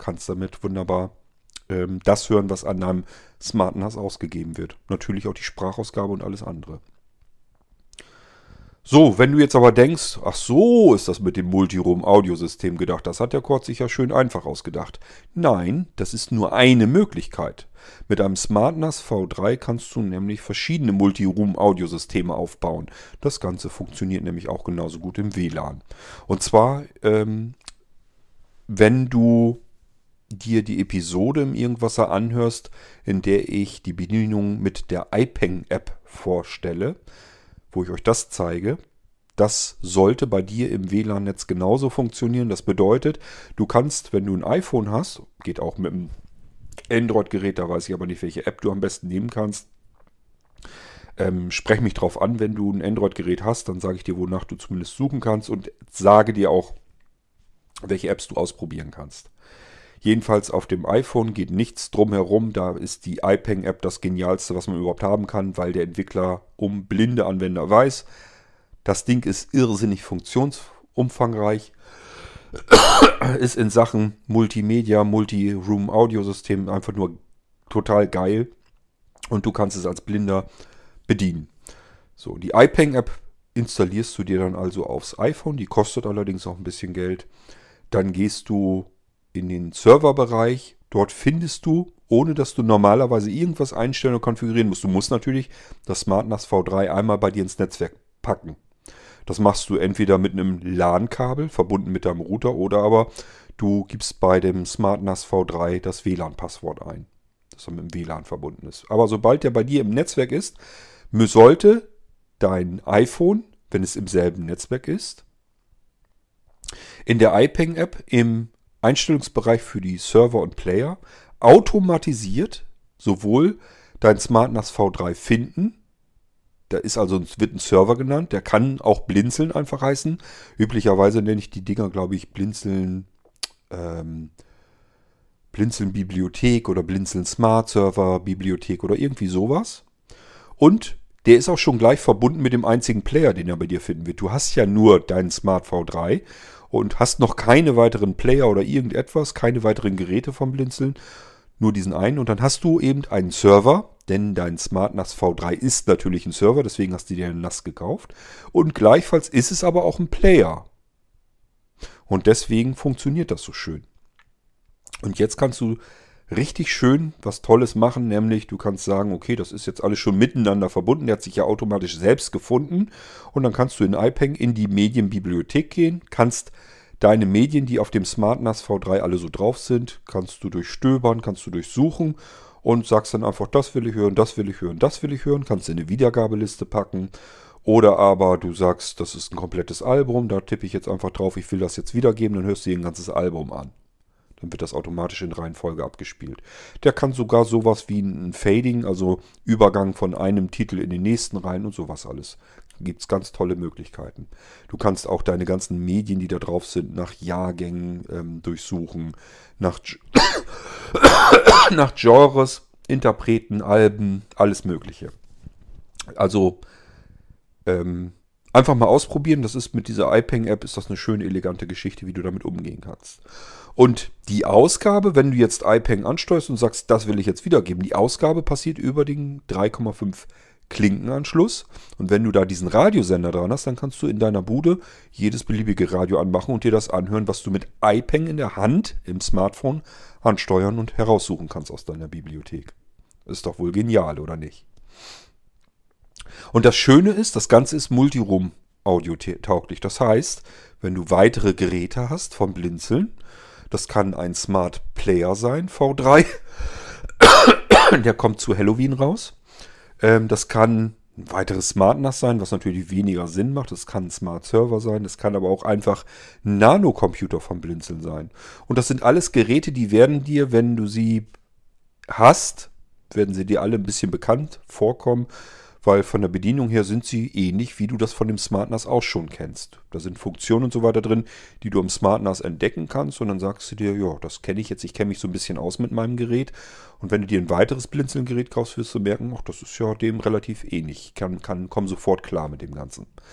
kannst damit wunderbar ähm, das hören, was an deinem Smart N A S ausgegeben wird. Natürlich auch die Sprachausgabe und alles andere. So, wenn du jetzt aber denkst, ach so ist das mit dem Multiroom-Audiosystem gedacht, das hat der Kurt sich ja schön einfach ausgedacht. Nein, das ist nur eine Möglichkeit. Mit einem Smart N A S V drei kannst du nämlich verschiedene Multiroom-Audiosysteme aufbauen. Das Ganze funktioniert nämlich auch genauso gut im W L A N. Und zwar, ähm, wenn du dir die Episode im Irgendwasser anhörst, in der ich die Bedienung mit der iPeng-App vorstelle, wo ich euch das zeige. Das sollte bei dir im W L A N-Netz genauso funktionieren. Das bedeutet, du kannst, wenn du ein iPhone hast, geht auch mit einem Android-Gerät, da weiß ich aber nicht, welche App du am besten nehmen kannst. Ähm, sprech mich drauf an, wenn du ein Android-Gerät hast, dann sage ich dir, wonach du zumindest suchen kannst und sage dir auch, welche Apps du ausprobieren kannst. Jedenfalls auf dem iPhone geht nichts drum herum. Da ist die iPeng-App das Genialste, was man überhaupt haben kann, weil der Entwickler um blinde Anwender weiß. Das Ding ist irrsinnig funktionsumfangreich. Ist in Sachen Multimedia, Multi-Room-Audiosystem einfach nur total geil. Und du kannst es als Blinder bedienen. So, die iPeng-App installierst du dir dann also aufs iPhone. Die kostet allerdings auch ein bisschen Geld. Dann gehst du in den Serverbereich. Dort findest du, ohne dass du normalerweise irgendwas einstellen und konfigurieren musst. Du musst natürlich das Smart N A S V drei einmal bei dir ins Netzwerk packen. Das machst du entweder mit einem LAN-Kabel verbunden mit deinem Router oder aber du gibst bei dem Smart N A S V drei das W L A N-Passwort ein, das dann mit dem W L A N verbunden ist. Aber sobald der bei dir im Netzwerk ist, sollte dein iPhone, wenn es im selben Netzwerk ist, in der iPeng-App im Einstellungsbereich für die Server und Player automatisiert sowohl dein Smart N A S V drei finden, da ist also wird ein Server genannt, der kann auch Blinzeln einfach heißen. Üblicherweise nenne ich die Dinger, glaube ich, Blinzeln, ähm, Blinzeln Bibliothek oder Blinzeln Smart Server Bibliothek oder irgendwie sowas. Und der ist auch schon gleich verbunden mit dem einzigen Player, den er bei dir finden wird. Du hast ja nur deinen Smart V drei und hast noch keine weiteren Player oder irgendetwas, keine weiteren Geräte vom Blinzeln, nur diesen einen. Und dann hast du eben einen Server, denn dein Smart N A S V drei ist natürlich ein Server, deswegen hast du dir einen N A S gekauft. Und gleichfalls ist es aber auch ein Player. Und deswegen funktioniert das so schön. Und jetzt kannst du richtig schön was Tolles machen, nämlich du kannst sagen, okay, das ist jetzt alles schon miteinander verbunden, der hat sich ja automatisch selbst gefunden und dann kannst du in iPeng in die Medienbibliothek gehen, kannst deine Medien, die auf dem Smart N A S V drei alle so drauf sind, kannst du durchstöbern, kannst du durchsuchen und sagst dann einfach, das will ich hören, das will ich hören, das will ich hören, kannst in eine Wiedergabeliste packen oder aber du sagst, das ist ein komplettes Album, da tippe ich jetzt einfach drauf, ich will das jetzt wiedergeben, dann hörst du dir ein ganzes Album an. Dann wird das automatisch in Reihenfolge abgespielt. Der kann sogar sowas wie ein Fading, also Übergang von einem Titel in den nächsten rein und sowas alles. Gibt es ganz tolle Möglichkeiten. Du kannst auch deine ganzen Medien, die da drauf sind, nach Jahrgängen ähm, durchsuchen, nach, nach Genres, Interpreten, Alben, alles Mögliche. Also ähm, einfach mal ausprobieren. Das ist mit dieser iPeng-App ist das eine schöne, elegante Geschichte, wie du damit umgehen kannst. Und die Ausgabe, wenn du jetzt iPeng ansteuerst und sagst, das will ich jetzt wiedergeben, die Ausgabe passiert über den drei Komma fünf Klinkenanschluss. Und wenn du da diesen Radiosender dran hast, dann kannst du in deiner Bude jedes beliebige Radio anmachen und dir das anhören, was du mit iPeng in der Hand im Smartphone ansteuern und heraussuchen kannst aus deiner Bibliothek. Ist doch wohl genial, oder nicht? Und das Schöne ist, das Ganze ist Multiroom audiotauglich. Das heißt, wenn du weitere Geräte hast vom Blinzeln, das kann ein Smart Player sein, V drei, der kommt zu Halloween raus. Das kann ein weiteres Smart N A S sein, was natürlich weniger Sinn macht. Das kann ein Smart Server sein, das kann aber auch einfach ein Nanocomputer vom Blinzeln sein. Und das sind alles Geräte, die werden dir, wenn du sie hast, werden sie dir alle ein bisschen bekannt vorkommen, weil von der Bedienung her sind sie ähnlich, wie du das von dem Smart N A S auch schon kennst. Da sind Funktionen und so weiter drin, die du im Smart N A S entdecken kannst und dann sagst du dir, ja, das kenne ich jetzt, ich kenne mich so ein bisschen aus mit meinem Gerät. Und wenn du dir ein weiteres Blinzeln-Gerät kaufst, wirst du merken, ach, das ist ja dem relativ ähnlich. Ich kann, kann, komm sofort klar mit dem Ganzen.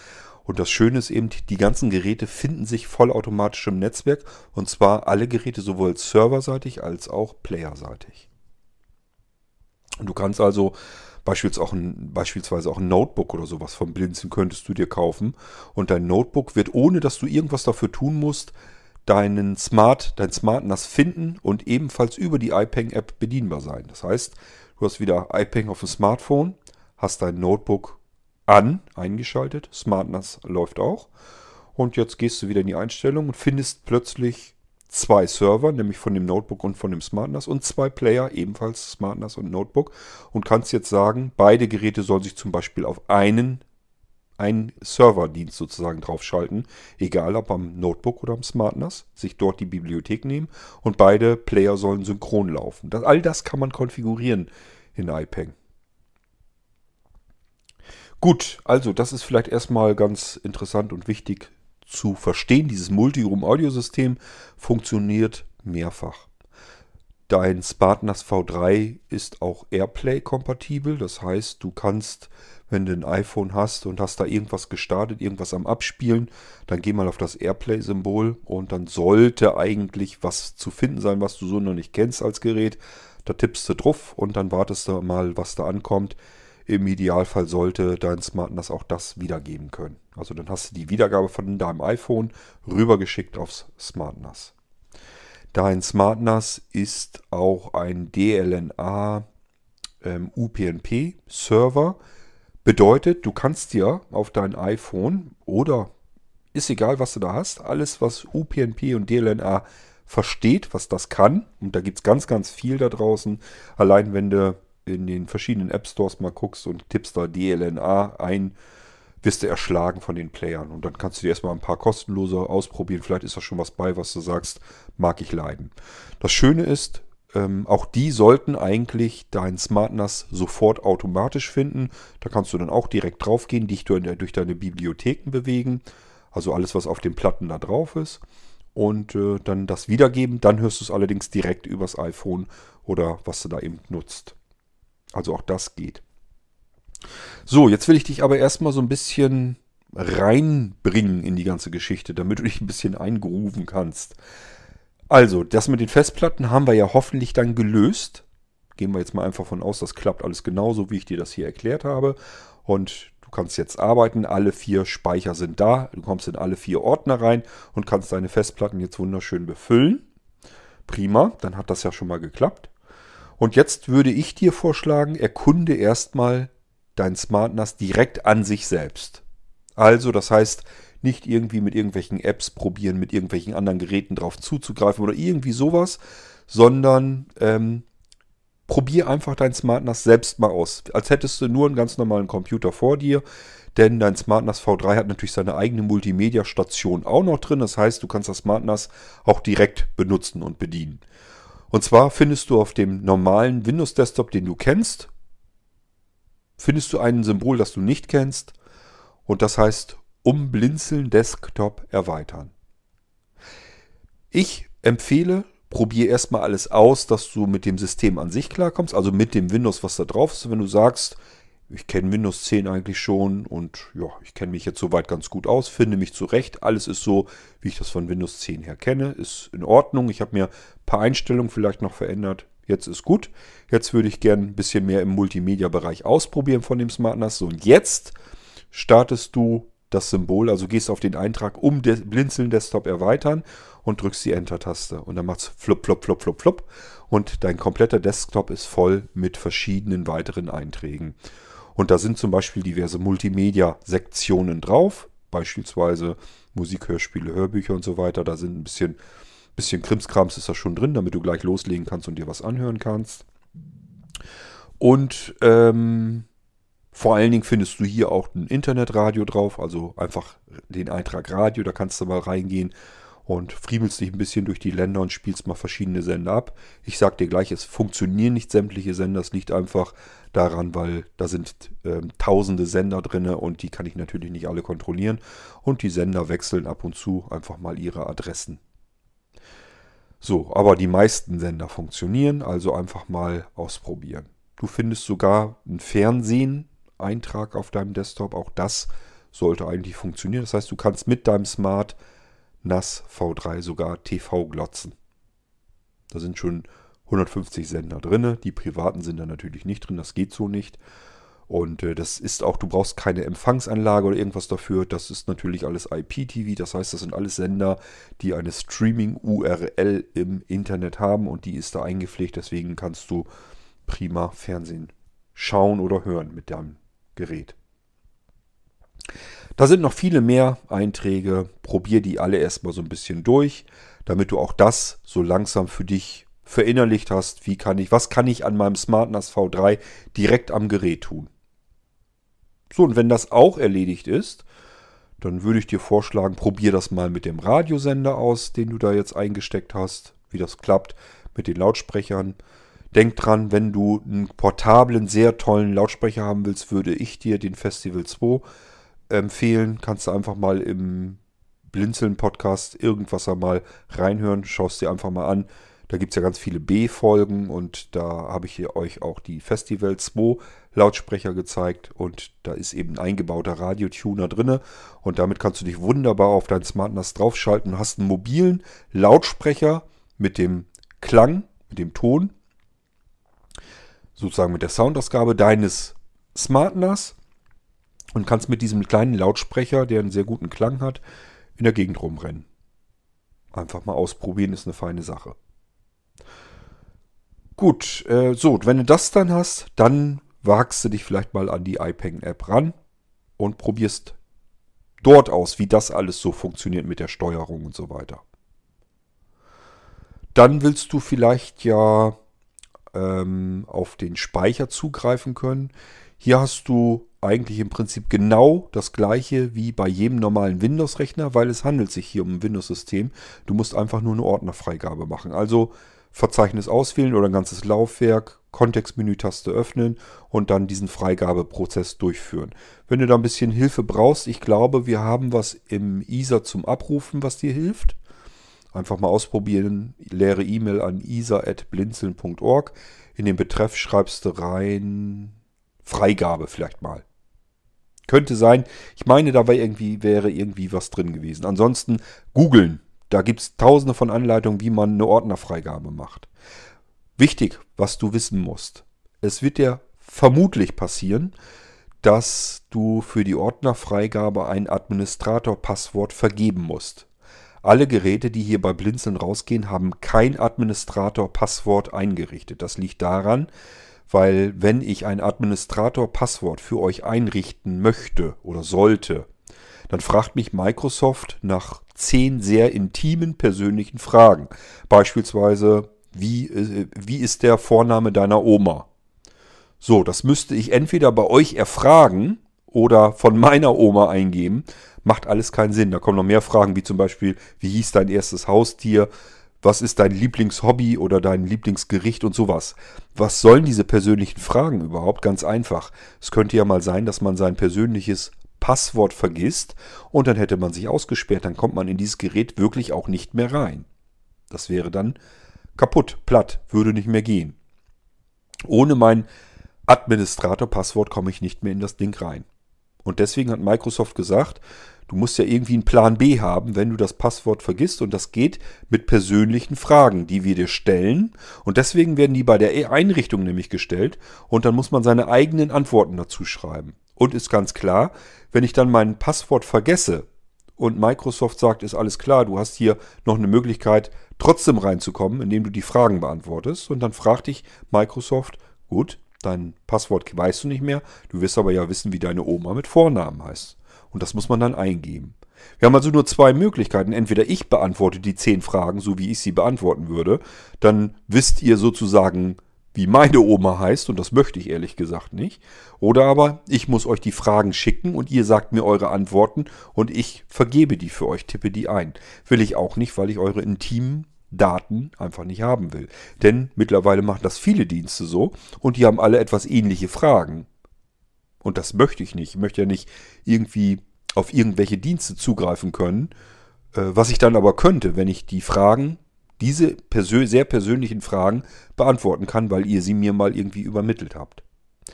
Und das Schöne ist eben, die ganzen Geräte finden sich vollautomatisch im Netzwerk. Und zwar alle Geräte sowohl serverseitig als auch playerseitig. Und du kannst also beispielsweise auch, ein, beispielsweise auch ein Notebook oder sowas von Blinzeln könntest du dir kaufen. Und dein Notebook wird, ohne dass du irgendwas dafür tun musst, deinen Smart, dein Smart N A S finden und ebenfalls über die iPeng-App bedienbar sein. Das heißt, du hast wieder iPeng auf dem Smartphone, hast dein Notebook an, eingeschaltet, Smart N A S läuft auch. Und jetzt gehst du wieder in die Einstellung und findest plötzlich zwei Server, nämlich von dem Notebook und von dem Smart N A S und zwei Player, ebenfalls Smart N A S und Notebook. Und kannst jetzt sagen, beide Geräte sollen sich zum Beispiel auf einen einen Serverdienst sozusagen draufschalten, egal ob am Notebook oder am Smart N A S, sich dort die Bibliothek nehmen und beide Player sollen synchron laufen. Das, all das kann man konfigurieren in iPeng. Gut, also das ist vielleicht erstmal ganz interessant und wichtig zu verstehen. Dieses Multiroom-Audiosystem funktioniert mehrfach. Dein Smart N A S V drei ist auch AirPlay-kompatibel. Das heißt, du kannst, wenn du ein iPhone hast und hast da irgendwas gestartet, irgendwas am Abspielen, dann geh mal auf das AirPlay-Symbol und dann sollte eigentlich was zu finden sein, was du so noch nicht kennst als Gerät. Da tippst du drauf und dann wartest du mal, was da ankommt. Im Idealfall sollte dein Smart N A S auch das wiedergeben können. Also dann hast du die Wiedergabe von deinem iPhone rübergeschickt aufs Smart N A S. Dein Smart N A S ist auch ein D L N A ähm, U P n P Server. Bedeutet, du kannst dir auf dein iPhone oder ist egal, was du da hast, alles, was U P n P und D L N A versteht, was das kann, und da gibt es ganz, ganz viel da draußen. Allein wenn du in den verschiedenen App Stores mal guckst und tippst da D L N A ein, wirst du erschlagen von den Playern. Und dann kannst du dir erstmal ein paar kostenlose ausprobieren. Vielleicht ist da schon was bei, was du sagst, mag ich leiden. Das Schöne ist, ähm, auch die sollten eigentlich dein Smart N A S sofort automatisch finden. Da kannst du dann auch direkt drauf gehen, dich durch, durch deine Bibliotheken bewegen. Also alles, was auf den Platten da drauf ist. Und äh, dann das wiedergeben. Dann hörst du es allerdings direkt übers iPhone oder was du da eben nutzt. Also auch das geht. So, jetzt will ich dich aber erstmal so ein bisschen reinbringen in die ganze Geschichte, damit du dich ein bisschen eingrooven kannst. Also, das mit den Festplatten haben wir ja hoffentlich dann gelöst. Gehen wir jetzt mal einfach von aus, das klappt alles genauso, wie ich dir das hier erklärt habe. Und du kannst jetzt arbeiten, alle vier Speicher sind da. Du kommst in alle vier Ordner rein und kannst deine Festplatten jetzt wunderschön befüllen. Prima, dann hat das ja schon mal geklappt. Und jetzt würde ich dir vorschlagen, erkunde erstmal dein Smart N A S direkt an sich selbst. Also, das heißt, nicht irgendwie mit irgendwelchen Apps probieren, mit irgendwelchen anderen Geräten drauf zuzugreifen oder irgendwie sowas, sondern ähm, probier einfach dein Smart N A S selbst mal aus. Als hättest du nur einen ganz normalen Computer vor dir, denn dein Smart N A S V drei hat natürlich seine eigene Multimedia-Station auch noch drin. Das heißt, du kannst das Smart N A S auch direkt benutzen und bedienen. Und zwar findest du auf dem normalen Windows-Desktop, den du kennst, findest du ein Symbol, das du nicht kennst. Und das heißt, umblinzeln Desktop erweitern. Ich empfehle, probier erstmal alles aus, dass du mit dem System an sich klarkommst, also mit dem Windows, was da drauf ist. Wenn du sagst, ich kenne Windows zehn eigentlich schon und ja, ich kenne mich jetzt soweit ganz gut aus, finde mich zurecht. Alles ist so, wie ich das von Windows zehn her kenne, ist in Ordnung. Ich habe mir ein paar Einstellungen vielleicht noch verändert. Jetzt ist gut. Jetzt würde ich gerne ein bisschen mehr im Multimedia-Bereich ausprobieren von dem Smart N A S. So, und jetzt startest du das Symbol, also gehst auf den Eintrag um Blinzeln Desktop erweitern und drückst die Enter-Taste. Und dann macht es flop, flop, flop, flop, flop. Und dein kompletter Desktop ist voll mit verschiedenen weiteren Einträgen. Und da sind zum Beispiel diverse Multimedia-Sektionen drauf. Beispielsweise Musik, Hörspiele, Hörbücher und so weiter. Da sind ein bisschen, bisschen Krimskrams ist da schon drin, damit du gleich loslegen kannst und dir was anhören kannst. Und ähm, vor allen Dingen findest du hier auch ein Internetradio drauf. Also einfach den Eintrag Radio, da kannst du mal reingehen und friemelst dich ein bisschen durch die Länder und spielst mal verschiedene Sender ab. Ich sag dir gleich, es funktionieren nicht sämtliche Sender. Es liegt einfach daran, weil da sind äh, tausende Sender drin und die kann ich natürlich nicht alle kontrollieren. Und die Sender wechseln ab und zu einfach mal ihre Adressen. So, aber die meisten Sender funktionieren, also einfach mal ausprobieren. Du findest sogar ein Fernsehen-Eintrag auf deinem Desktop. Auch das sollte eigentlich funktionieren. Das heißt, du kannst mit deinem Smart N A S V drei sogar T V glotzen. Da sind schon hundertfünfzig Sender drin. Die privaten sind da natürlich nicht drin. Das geht so nicht. Und äh, das ist auch, du brauchst keine Empfangsanlage oder irgendwas dafür. Das ist natürlich alles I P T V. Das heißt, das sind alles Sender, die eine Streaming-U R L im Internet haben. Und die ist da eingepflegt. Deswegen kannst du prima Fernsehen schauen oder hören mit deinem Gerät. Da sind noch viele mehr Einträge. Probier die alle erstmal so ein bisschen durch, damit du auch das so langsam für dich verinnerlicht hast. Wie kann ich, was kann ich an meinem Smart N A S V drei direkt am Gerät tun? So, und wenn das auch erledigt ist, dann würde ich dir vorschlagen, probier das mal mit dem Radiosender aus, den du da jetzt eingesteckt hast, wie das klappt mit den Lautsprechern. Denk dran, wenn du einen portablen, sehr tollen Lautsprecher haben willst, würde ich dir den Festival zwei empfehlen. Kannst du einfach mal im Blinzeln-Podcast irgendwas einmal reinhören. Schaust dir einfach mal an. Da gibt es ja ganz viele B-Folgen und da habe ich hier euch auch die Festival zwei Lautsprecher gezeigt und da ist eben ein eingebauter Radiotuner drin und damit kannst du dich wunderbar auf dein Smart N A S draufschalten. Du hast einen mobilen Lautsprecher mit dem Klang, mit dem Ton, sozusagen mit der Soundausgabe deines Smart N A S und kannst mit diesem kleinen Lautsprecher, der einen sehr guten Klang hat, in der Gegend rumrennen. Einfach mal ausprobieren, ist eine feine Sache. Gut, äh, so, wenn du das dann hast, dann wagst du dich vielleicht mal an die iPeng-App ran und probierst dort aus, wie das alles so funktioniert mit der Steuerung und so weiter. Dann willst du vielleicht ja ähm, auf den Speicher zugreifen können. Hier hast du eigentlich im Prinzip genau das gleiche wie bei jedem normalen Windows-Rechner, weil es handelt sich hier um ein Windows-System. Du musst einfach nur eine Ordnerfreigabe machen. Also Verzeichnis auswählen oder ein ganzes Laufwerk, Kontextmenü-Taste öffnen und dann diesen Freigabeprozess durchführen. Wenn du da ein bisschen Hilfe brauchst, ich glaube, wir haben was im I S A zum Abrufen, was dir hilft. Einfach mal ausprobieren, leere E-Mail an isa at blinzeln punkt org. In den Betreff schreibst du rein Freigabe vielleicht mal. Könnte sein, ich meine, da war irgendwie, wäre irgendwie was drin gewesen. Ansonsten googeln. Da gibt es tausende von Anleitungen, wie man eine Ordnerfreigabe macht. Wichtig, was du wissen musst. Es wird dir vermutlich passieren, dass du für die Ordnerfreigabe ein Administrator-Passwort vergeben musst. Alle Geräte, die hier bei Blinzeln rausgehen, haben kein Administrator-Passwort eingerichtet. Das liegt daran, weil wenn ich ein Administrator-Passwort für euch einrichten möchte oder sollte, dann fragt mich Microsoft nach zehn sehr intimen persönlichen Fragen. Beispielsweise, wie, äh, wie ist der Vorname deiner Oma? So, das müsste ich entweder bei euch erfragen oder von meiner Oma eingeben. Macht alles keinen Sinn. Da kommen noch mehr Fragen, wie zum Beispiel, wie hieß dein erstes Haustier? Was ist dein Lieblingshobby oder dein Lieblingsgericht und sowas? Was sollen diese persönlichen Fragen überhaupt? Ganz einfach. Es könnte ja mal sein, dass man sein persönliches Passwort vergisst und dann hätte man sich ausgesperrt. Dann kommt man in dieses Gerät wirklich auch nicht mehr rein. Das wäre dann kaputt, platt, würde nicht mehr gehen. Ohne mein Administrator-Passwort komme ich nicht mehr in das Ding rein. Und deswegen hat Microsoft gesagt, du musst ja irgendwie einen Plan B haben, wenn du das Passwort vergisst. Und das geht mit persönlichen Fragen, die wir dir stellen. Und deswegen werden die bei der Einrichtung nämlich gestellt. Und dann muss man seine eigenen Antworten dazu schreiben. Und ist ganz klar, wenn ich dann mein Passwort vergesse und Microsoft sagt, ist alles klar, du hast hier noch eine Möglichkeit, trotzdem reinzukommen, indem du die Fragen beantwortest. Und dann fragt dich Microsoft, gut, dein Passwort weißt du nicht mehr, du wirst aber ja wissen, wie deine Oma mit Vornamen heißt. Und das muss man dann eingeben. Wir haben also nur zwei Möglichkeiten. Entweder ich beantworte die zehn Fragen, so wie ich sie beantworten würde. Dann wisst ihr sozusagen, wie meine Oma heißt. Und das möchte ich ehrlich gesagt nicht. Oder aber ich muss euch die Fragen schicken und ihr sagt mir eure Antworten. Und ich vergebe die für euch, tippe die ein. Will ich auch nicht, weil ich eure intimen Daten einfach nicht haben will. Denn mittlerweile machen das viele Dienste so. Und die haben alle etwas ähnliche Fragen. Und das möchte ich nicht. Ich möchte ja nicht irgendwie auf irgendwelche Dienste zugreifen können. Äh, was ich dann aber könnte, wenn ich die Fragen, diese persö- sehr persönlichen Fragen beantworten kann, weil ihr sie mir mal irgendwie übermittelt habt.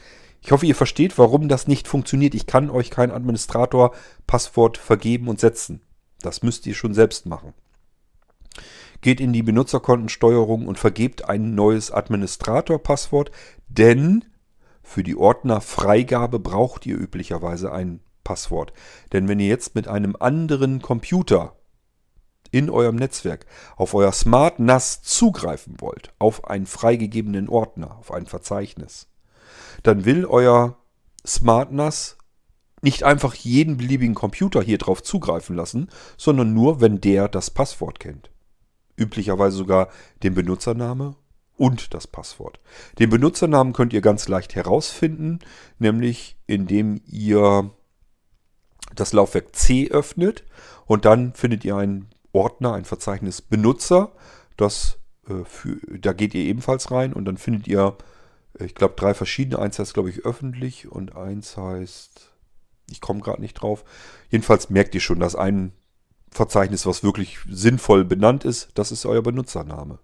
Ich hoffe, ihr versteht, warum das nicht funktioniert. Ich kann euch kein Administrator-Passwort vergeben und setzen. Das müsst ihr schon selbst machen. Geht in die Benutzerkontensteuerung und vergebt ein neues Administrator-Passwort, denn für die Ordnerfreigabe braucht ihr üblicherweise ein Passwort. Denn wenn ihr jetzt mit einem anderen Computer in eurem Netzwerk auf euer Smart N A S zugreifen wollt, auf einen freigegebenen Ordner, auf ein Verzeichnis, dann will euer Smart N A S nicht einfach jeden beliebigen Computer hier drauf zugreifen lassen, sondern nur, wenn der das Passwort kennt. Üblicherweise sogar den Benutzername und das Passwort. Den Benutzernamen könnt ihr ganz leicht herausfinden, nämlich indem ihr das Laufwerk C öffnet und dann findet ihr einen Ordner, ein Verzeichnis Benutzer. Das, äh, für, da geht ihr ebenfalls rein und dann findet ihr, ich glaube, drei verschiedene. Eins heißt, glaube ich, öffentlich und eins heißt, ich komme gerade nicht drauf. Jedenfalls merkt ihr schon, dass ein Verzeichnis, was wirklich sinnvoll benannt ist, das ist euer Benutzername.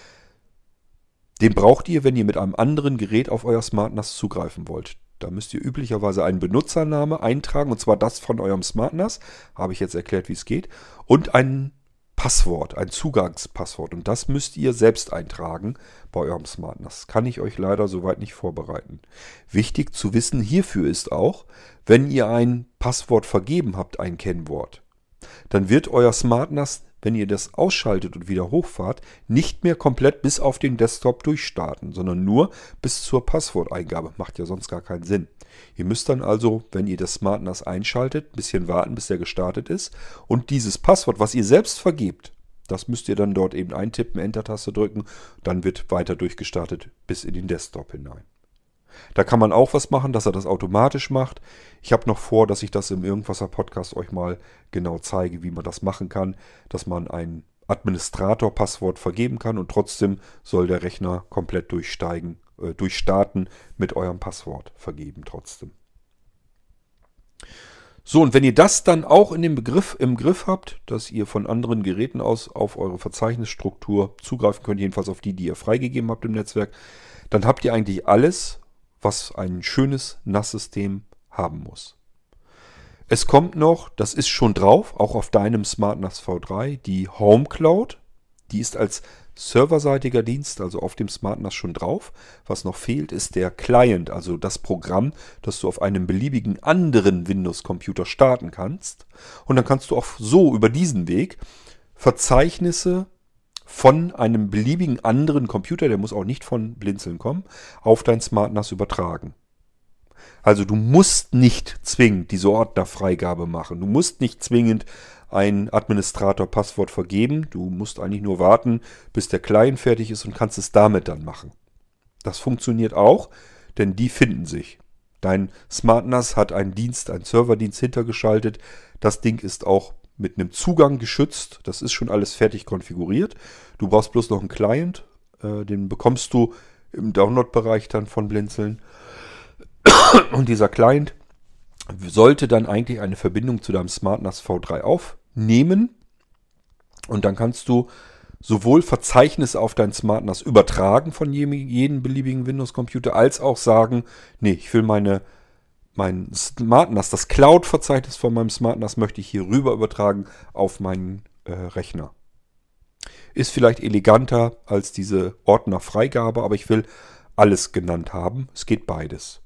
Den braucht ihr, wenn ihr mit einem anderen Gerät auf euer Smart N A S zugreifen wollt. Da müsst ihr üblicherweise einen Benutzername eintragen, und zwar das von eurem Smart N A S. Habe ich jetzt erklärt, wie es geht. Und ein Passwort, ein Zugangspasswort. Und das müsst ihr selbst eintragen bei eurem Smart N A S. Kann ich euch leider soweit nicht vorbereiten. Wichtig zu wissen hierfür ist auch, wenn ihr ein Passwort vergeben habt, ein Kennwort, dann wird euer Smart N A S, wenn ihr das ausschaltet und wieder hochfahrt, nicht mehr komplett bis auf den Desktop durchstarten, sondern nur bis zur Passworteingabe. Macht ja sonst gar keinen Sinn. Ihr müsst dann also, wenn ihr das Smart N A S einschaltet, ein bisschen warten, bis der gestartet ist. Und dieses Passwort, was ihr selbst vergebt, das müsst ihr dann dort eben eintippen, Enter-Taste drücken. Dann wird weiter durchgestartet bis in den Desktop hinein. Da kann man auch was machen, dass er das automatisch macht. Ich habe noch vor, dass ich das im Irgendwasser-Podcast euch mal genau zeige, wie man das machen kann, dass man ein Administrator-Passwort vergeben kann und trotzdem soll der Rechner komplett durchsteigen, äh, durchstarten mit eurem Passwort vergeben trotzdem. So, und wenn ihr das dann auch in dem Begriff, im Griff habt, dass ihr von anderen Geräten aus auf eure Verzeichnisstruktur zugreifen könnt, jedenfalls auf die, die ihr freigegeben habt im Netzwerk, dann habt ihr eigentlich alles, was ein schönes N A S-System haben muss. Es kommt noch, das ist schon drauf, auch auf deinem Smart N A S V drei, die Home Cloud. Die ist als serverseitiger Dienst, also auf dem Smart N A S schon drauf. Was noch fehlt, ist der Client, also das Programm, das du auf einem beliebigen anderen Windows-Computer starten kannst. Und dann kannst du auch so über diesen Weg Verzeichnisse von einem beliebigen anderen Computer, der muss auch nicht von Blinzeln kommen, auf dein Smart N A S übertragen. Also du musst nicht zwingend diese Ordnerfreigabe machen. Du musst nicht zwingend ein Administrator-Passwort vergeben. Du musst eigentlich nur warten, bis der Client fertig ist und kannst es damit dann machen. Das funktioniert auch, denn die finden sich. Dein Smart N A S hat einen Dienst, einen Serverdienst hintergeschaltet. Das Ding ist auch mit einem Zugang geschützt. Das ist schon alles fertig konfiguriert. Du brauchst bloß noch einen Client. Äh, den bekommst du im Download-Bereich dann von Blinzeln. Und dieser Client sollte dann eigentlich eine Verbindung zu deinem Smart N A S V drei aufnehmen. Und dann kannst du sowohl Verzeichnisse auf dein Smart N A S übertragen von jedem, jedem beliebigen Windows-Computer, als auch sagen, nee, ich will meine Mein Smart N A S, das Cloud-Verzeichnis von meinem Smart N A S möchte ich hier rüber übertragen auf meinen äh, Rechner. Ist vielleicht eleganter als diese Ordnerfreigabe, aber ich will alles genannt haben. Es geht beides.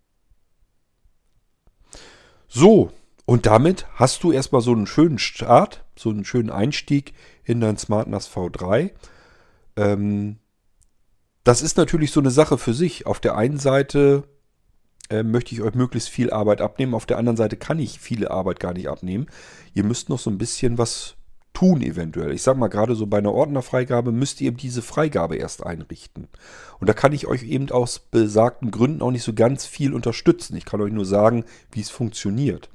So, und damit hast du erstmal so einen schönen Start, so einen schönen Einstieg in dein Smart N A S V drei. Ähm, das ist natürlich so eine Sache für sich. Auf der einen Seite möchte ich euch möglichst viel Arbeit abnehmen. Auf der anderen Seite kann ich viele Arbeit gar nicht abnehmen. Ihr müsst noch so ein bisschen was tun eventuell. Ich sag mal, gerade so bei einer Ordnerfreigabe müsst ihr diese Freigabe erst einrichten. Und da kann ich euch eben aus besagten Gründen auch nicht so ganz viel unterstützen. Ich kann euch nur sagen, wie es funktioniert.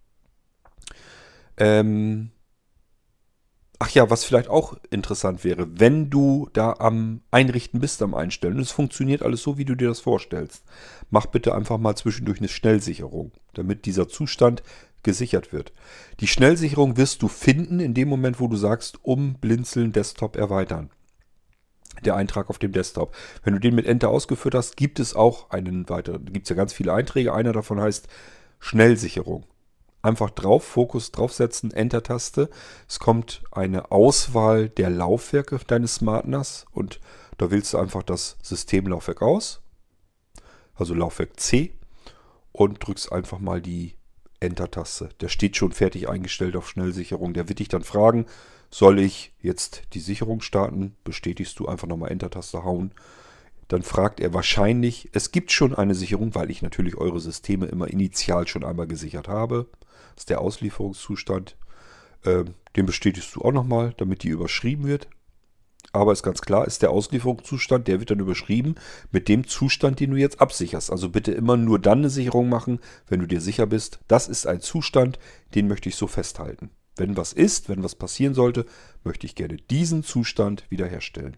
Ähm... Ach ja, was vielleicht auch interessant wäre, wenn du da am Einrichten bist, am Einstellen, und es funktioniert alles so, wie du dir das vorstellst, mach bitte einfach mal zwischendurch eine Schnellsicherung, damit dieser Zustand gesichert wird. Die Schnellsicherung wirst du finden in dem Moment, wo du sagst, um Blinzeln Desktop erweitern. der Eintrag auf dem Desktop. Wenn du den mit Enter ausgeführt hast, gibt es auch einen weiteren, gibt es ja ganz viele Einträge. Einer davon heißt Schnellsicherung. Einfach drauf, Fokus draufsetzen, Enter-Taste. Es kommt eine Auswahl der Laufwerke deines SmartNAS und da wählst du einfach das Systemlaufwerk aus, also Laufwerk C, und drückst einfach mal die Enter-Taste. Der steht schon fertig eingestellt auf Schnellsicherung. Der wird dich dann fragen, soll ich jetzt die Sicherung starten? Bestätigst du, einfach nochmal Enter-Taste hauen. Dann fragt er wahrscheinlich, es gibt schon eine Sicherung, weil ich natürlich eure Systeme immer initial schon einmal gesichert habe. Das ist der Auslieferungszustand. Ähm, den bestätigst du auch nochmal, damit die überschrieben wird. Aber ist ganz klar, ist der Auslieferungszustand, der wird dann überschrieben mit dem Zustand, den du jetzt absicherst. Also bitte immer nur dann eine Sicherung machen, wenn du dir sicher bist, das ist ein Zustand, den möchte ich so festhalten. Wenn was ist, wenn was passieren sollte, möchte ich gerne diesen Zustand wiederherstellen.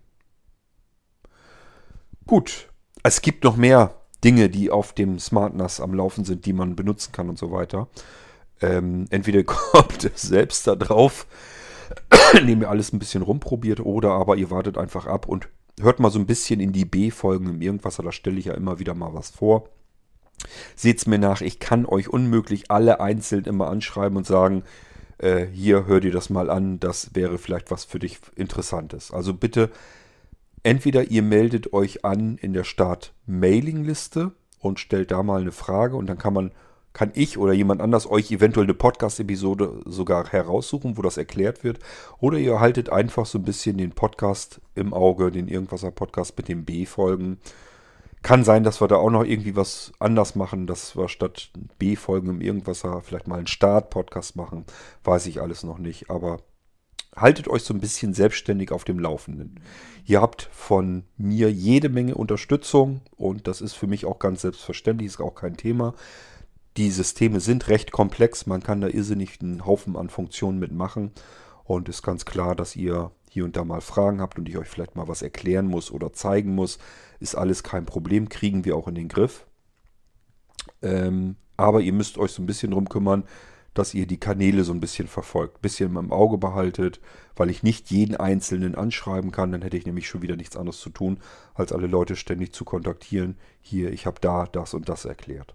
Gut, es gibt noch mehr Dinge, die auf dem SmartNAS am Laufen sind, die man benutzen kann und so weiter. Ähm, entweder kommt es selbst da drauf, indem ihr alles ein bisschen rumprobiert, oder aber ihr wartet einfach ab und hört mal so ein bisschen in die B-Folgen im Irgendwasser, da stelle ich ja immer wieder mal was vor. Seht's mir nach, ich kann euch unmöglich alle einzeln immer anschreiben und sagen, äh, hier, hör dir das mal an, das wäre vielleicht was für dich Interessantes. Also bitte, entweder ihr meldet euch an in der Start-Mailing-Liste und stellt da mal eine Frage und dann kann man, kann ich oder jemand anders euch eventuell eine Podcast-Episode sogar heraussuchen, wo das erklärt wird. Oder ihr haltet einfach so ein bisschen den Podcast im Auge, den Irgendwasser-Podcast mit den B-Folgen. Kann sein, dass wir da auch noch irgendwie was anders machen, dass wir statt B-Folgen im Irgendwasser vielleicht mal einen Start-Podcast machen. Weiß ich alles noch nicht, aber haltet euch so ein bisschen selbstständig auf dem Laufenden. Ihr habt von mir jede Menge Unterstützung und das ist für mich auch ganz selbstverständlich, ist auch kein Thema. Die Systeme sind recht komplex, man kann da irrsinnig einen Haufen an Funktionen mitmachen und ist ganz klar, dass ihr hier und da mal Fragen habt und ich euch vielleicht mal was erklären muss oder zeigen muss. Ist alles kein Problem, kriegen wir auch in den Griff. Ähm, aber ihr müsst euch so ein bisschen drum kümmern, dass ihr die Kanäle so ein bisschen verfolgt, ein bisschen im Auge behaltet, weil ich nicht jeden Einzelnen anschreiben kann, dann hätte ich nämlich schon wieder nichts anderes zu tun, als alle Leute ständig zu kontaktieren. Hier, ich habe da das und das erklärt.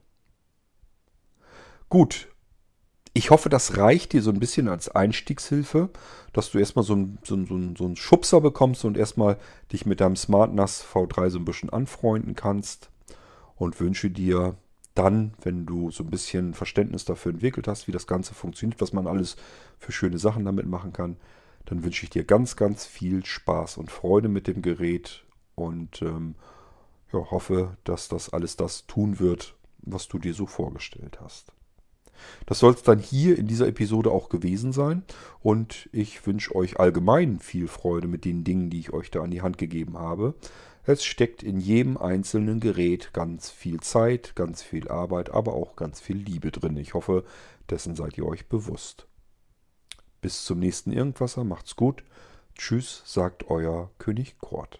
Gut, ich hoffe, das reicht dir so ein bisschen als Einstiegshilfe, dass du erstmal so einen so so ein, so ein Schubser bekommst und erstmal dich mit deinem SmartNAS V drei so ein bisschen anfreunden kannst und wünsche dir dann, wenn du so ein bisschen Verständnis dafür entwickelt hast, wie das Ganze funktioniert, was man alles für schöne Sachen damit machen kann, dann wünsche ich dir ganz, ganz viel Spaß und Freude mit dem Gerät und ähm, ja, hoffe, dass das alles das tun wird, was du dir so vorgestellt hast. Das soll es dann hier in dieser Episode auch gewesen sein und ich wünsche euch allgemein viel Freude mit den Dingen, die ich euch da an die Hand gegeben habe. Es steckt in jedem einzelnen Gerät ganz viel Zeit, ganz viel Arbeit, aber auch ganz viel Liebe drin. Ich hoffe, dessen seid ihr euch bewusst. Bis zum nächsten Irgendwasser, macht's gut. Tschüss, sagt euer König Kort.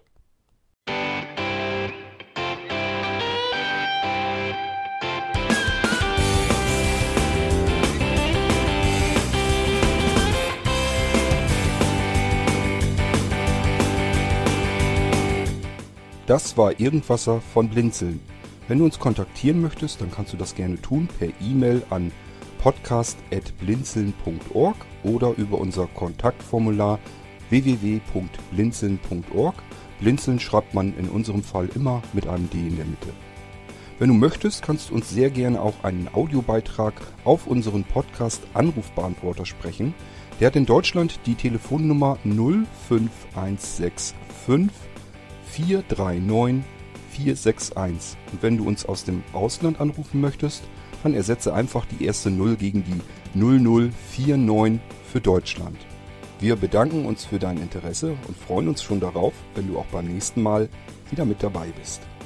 Das war Irgendwasser von Blinzeln. Wenn du uns kontaktieren möchtest, dann kannst du das gerne tun per E-Mail an podcast at blinzeln punkt org oder über unser Kontaktformular w w w punkt blinzeln punkt org. Blinzeln schreibt man in unserem Fall immer mit einem D in der Mitte. Wenn du möchtest, kannst du uns sehr gerne auch einen Audiobeitrag auf unseren Podcast Anrufbeantworter sprechen. Der hat in Deutschland die Telefonnummer null fünf eins sechs fünf vier drei neun vier sechs eins. Und wenn du uns aus dem Ausland anrufen möchtest, dann ersetze einfach die erste null gegen die null null vier neun für Deutschland. Wir bedanken uns für dein Interesse und freuen uns schon darauf, wenn du auch beim nächsten Mal wieder mit dabei bist.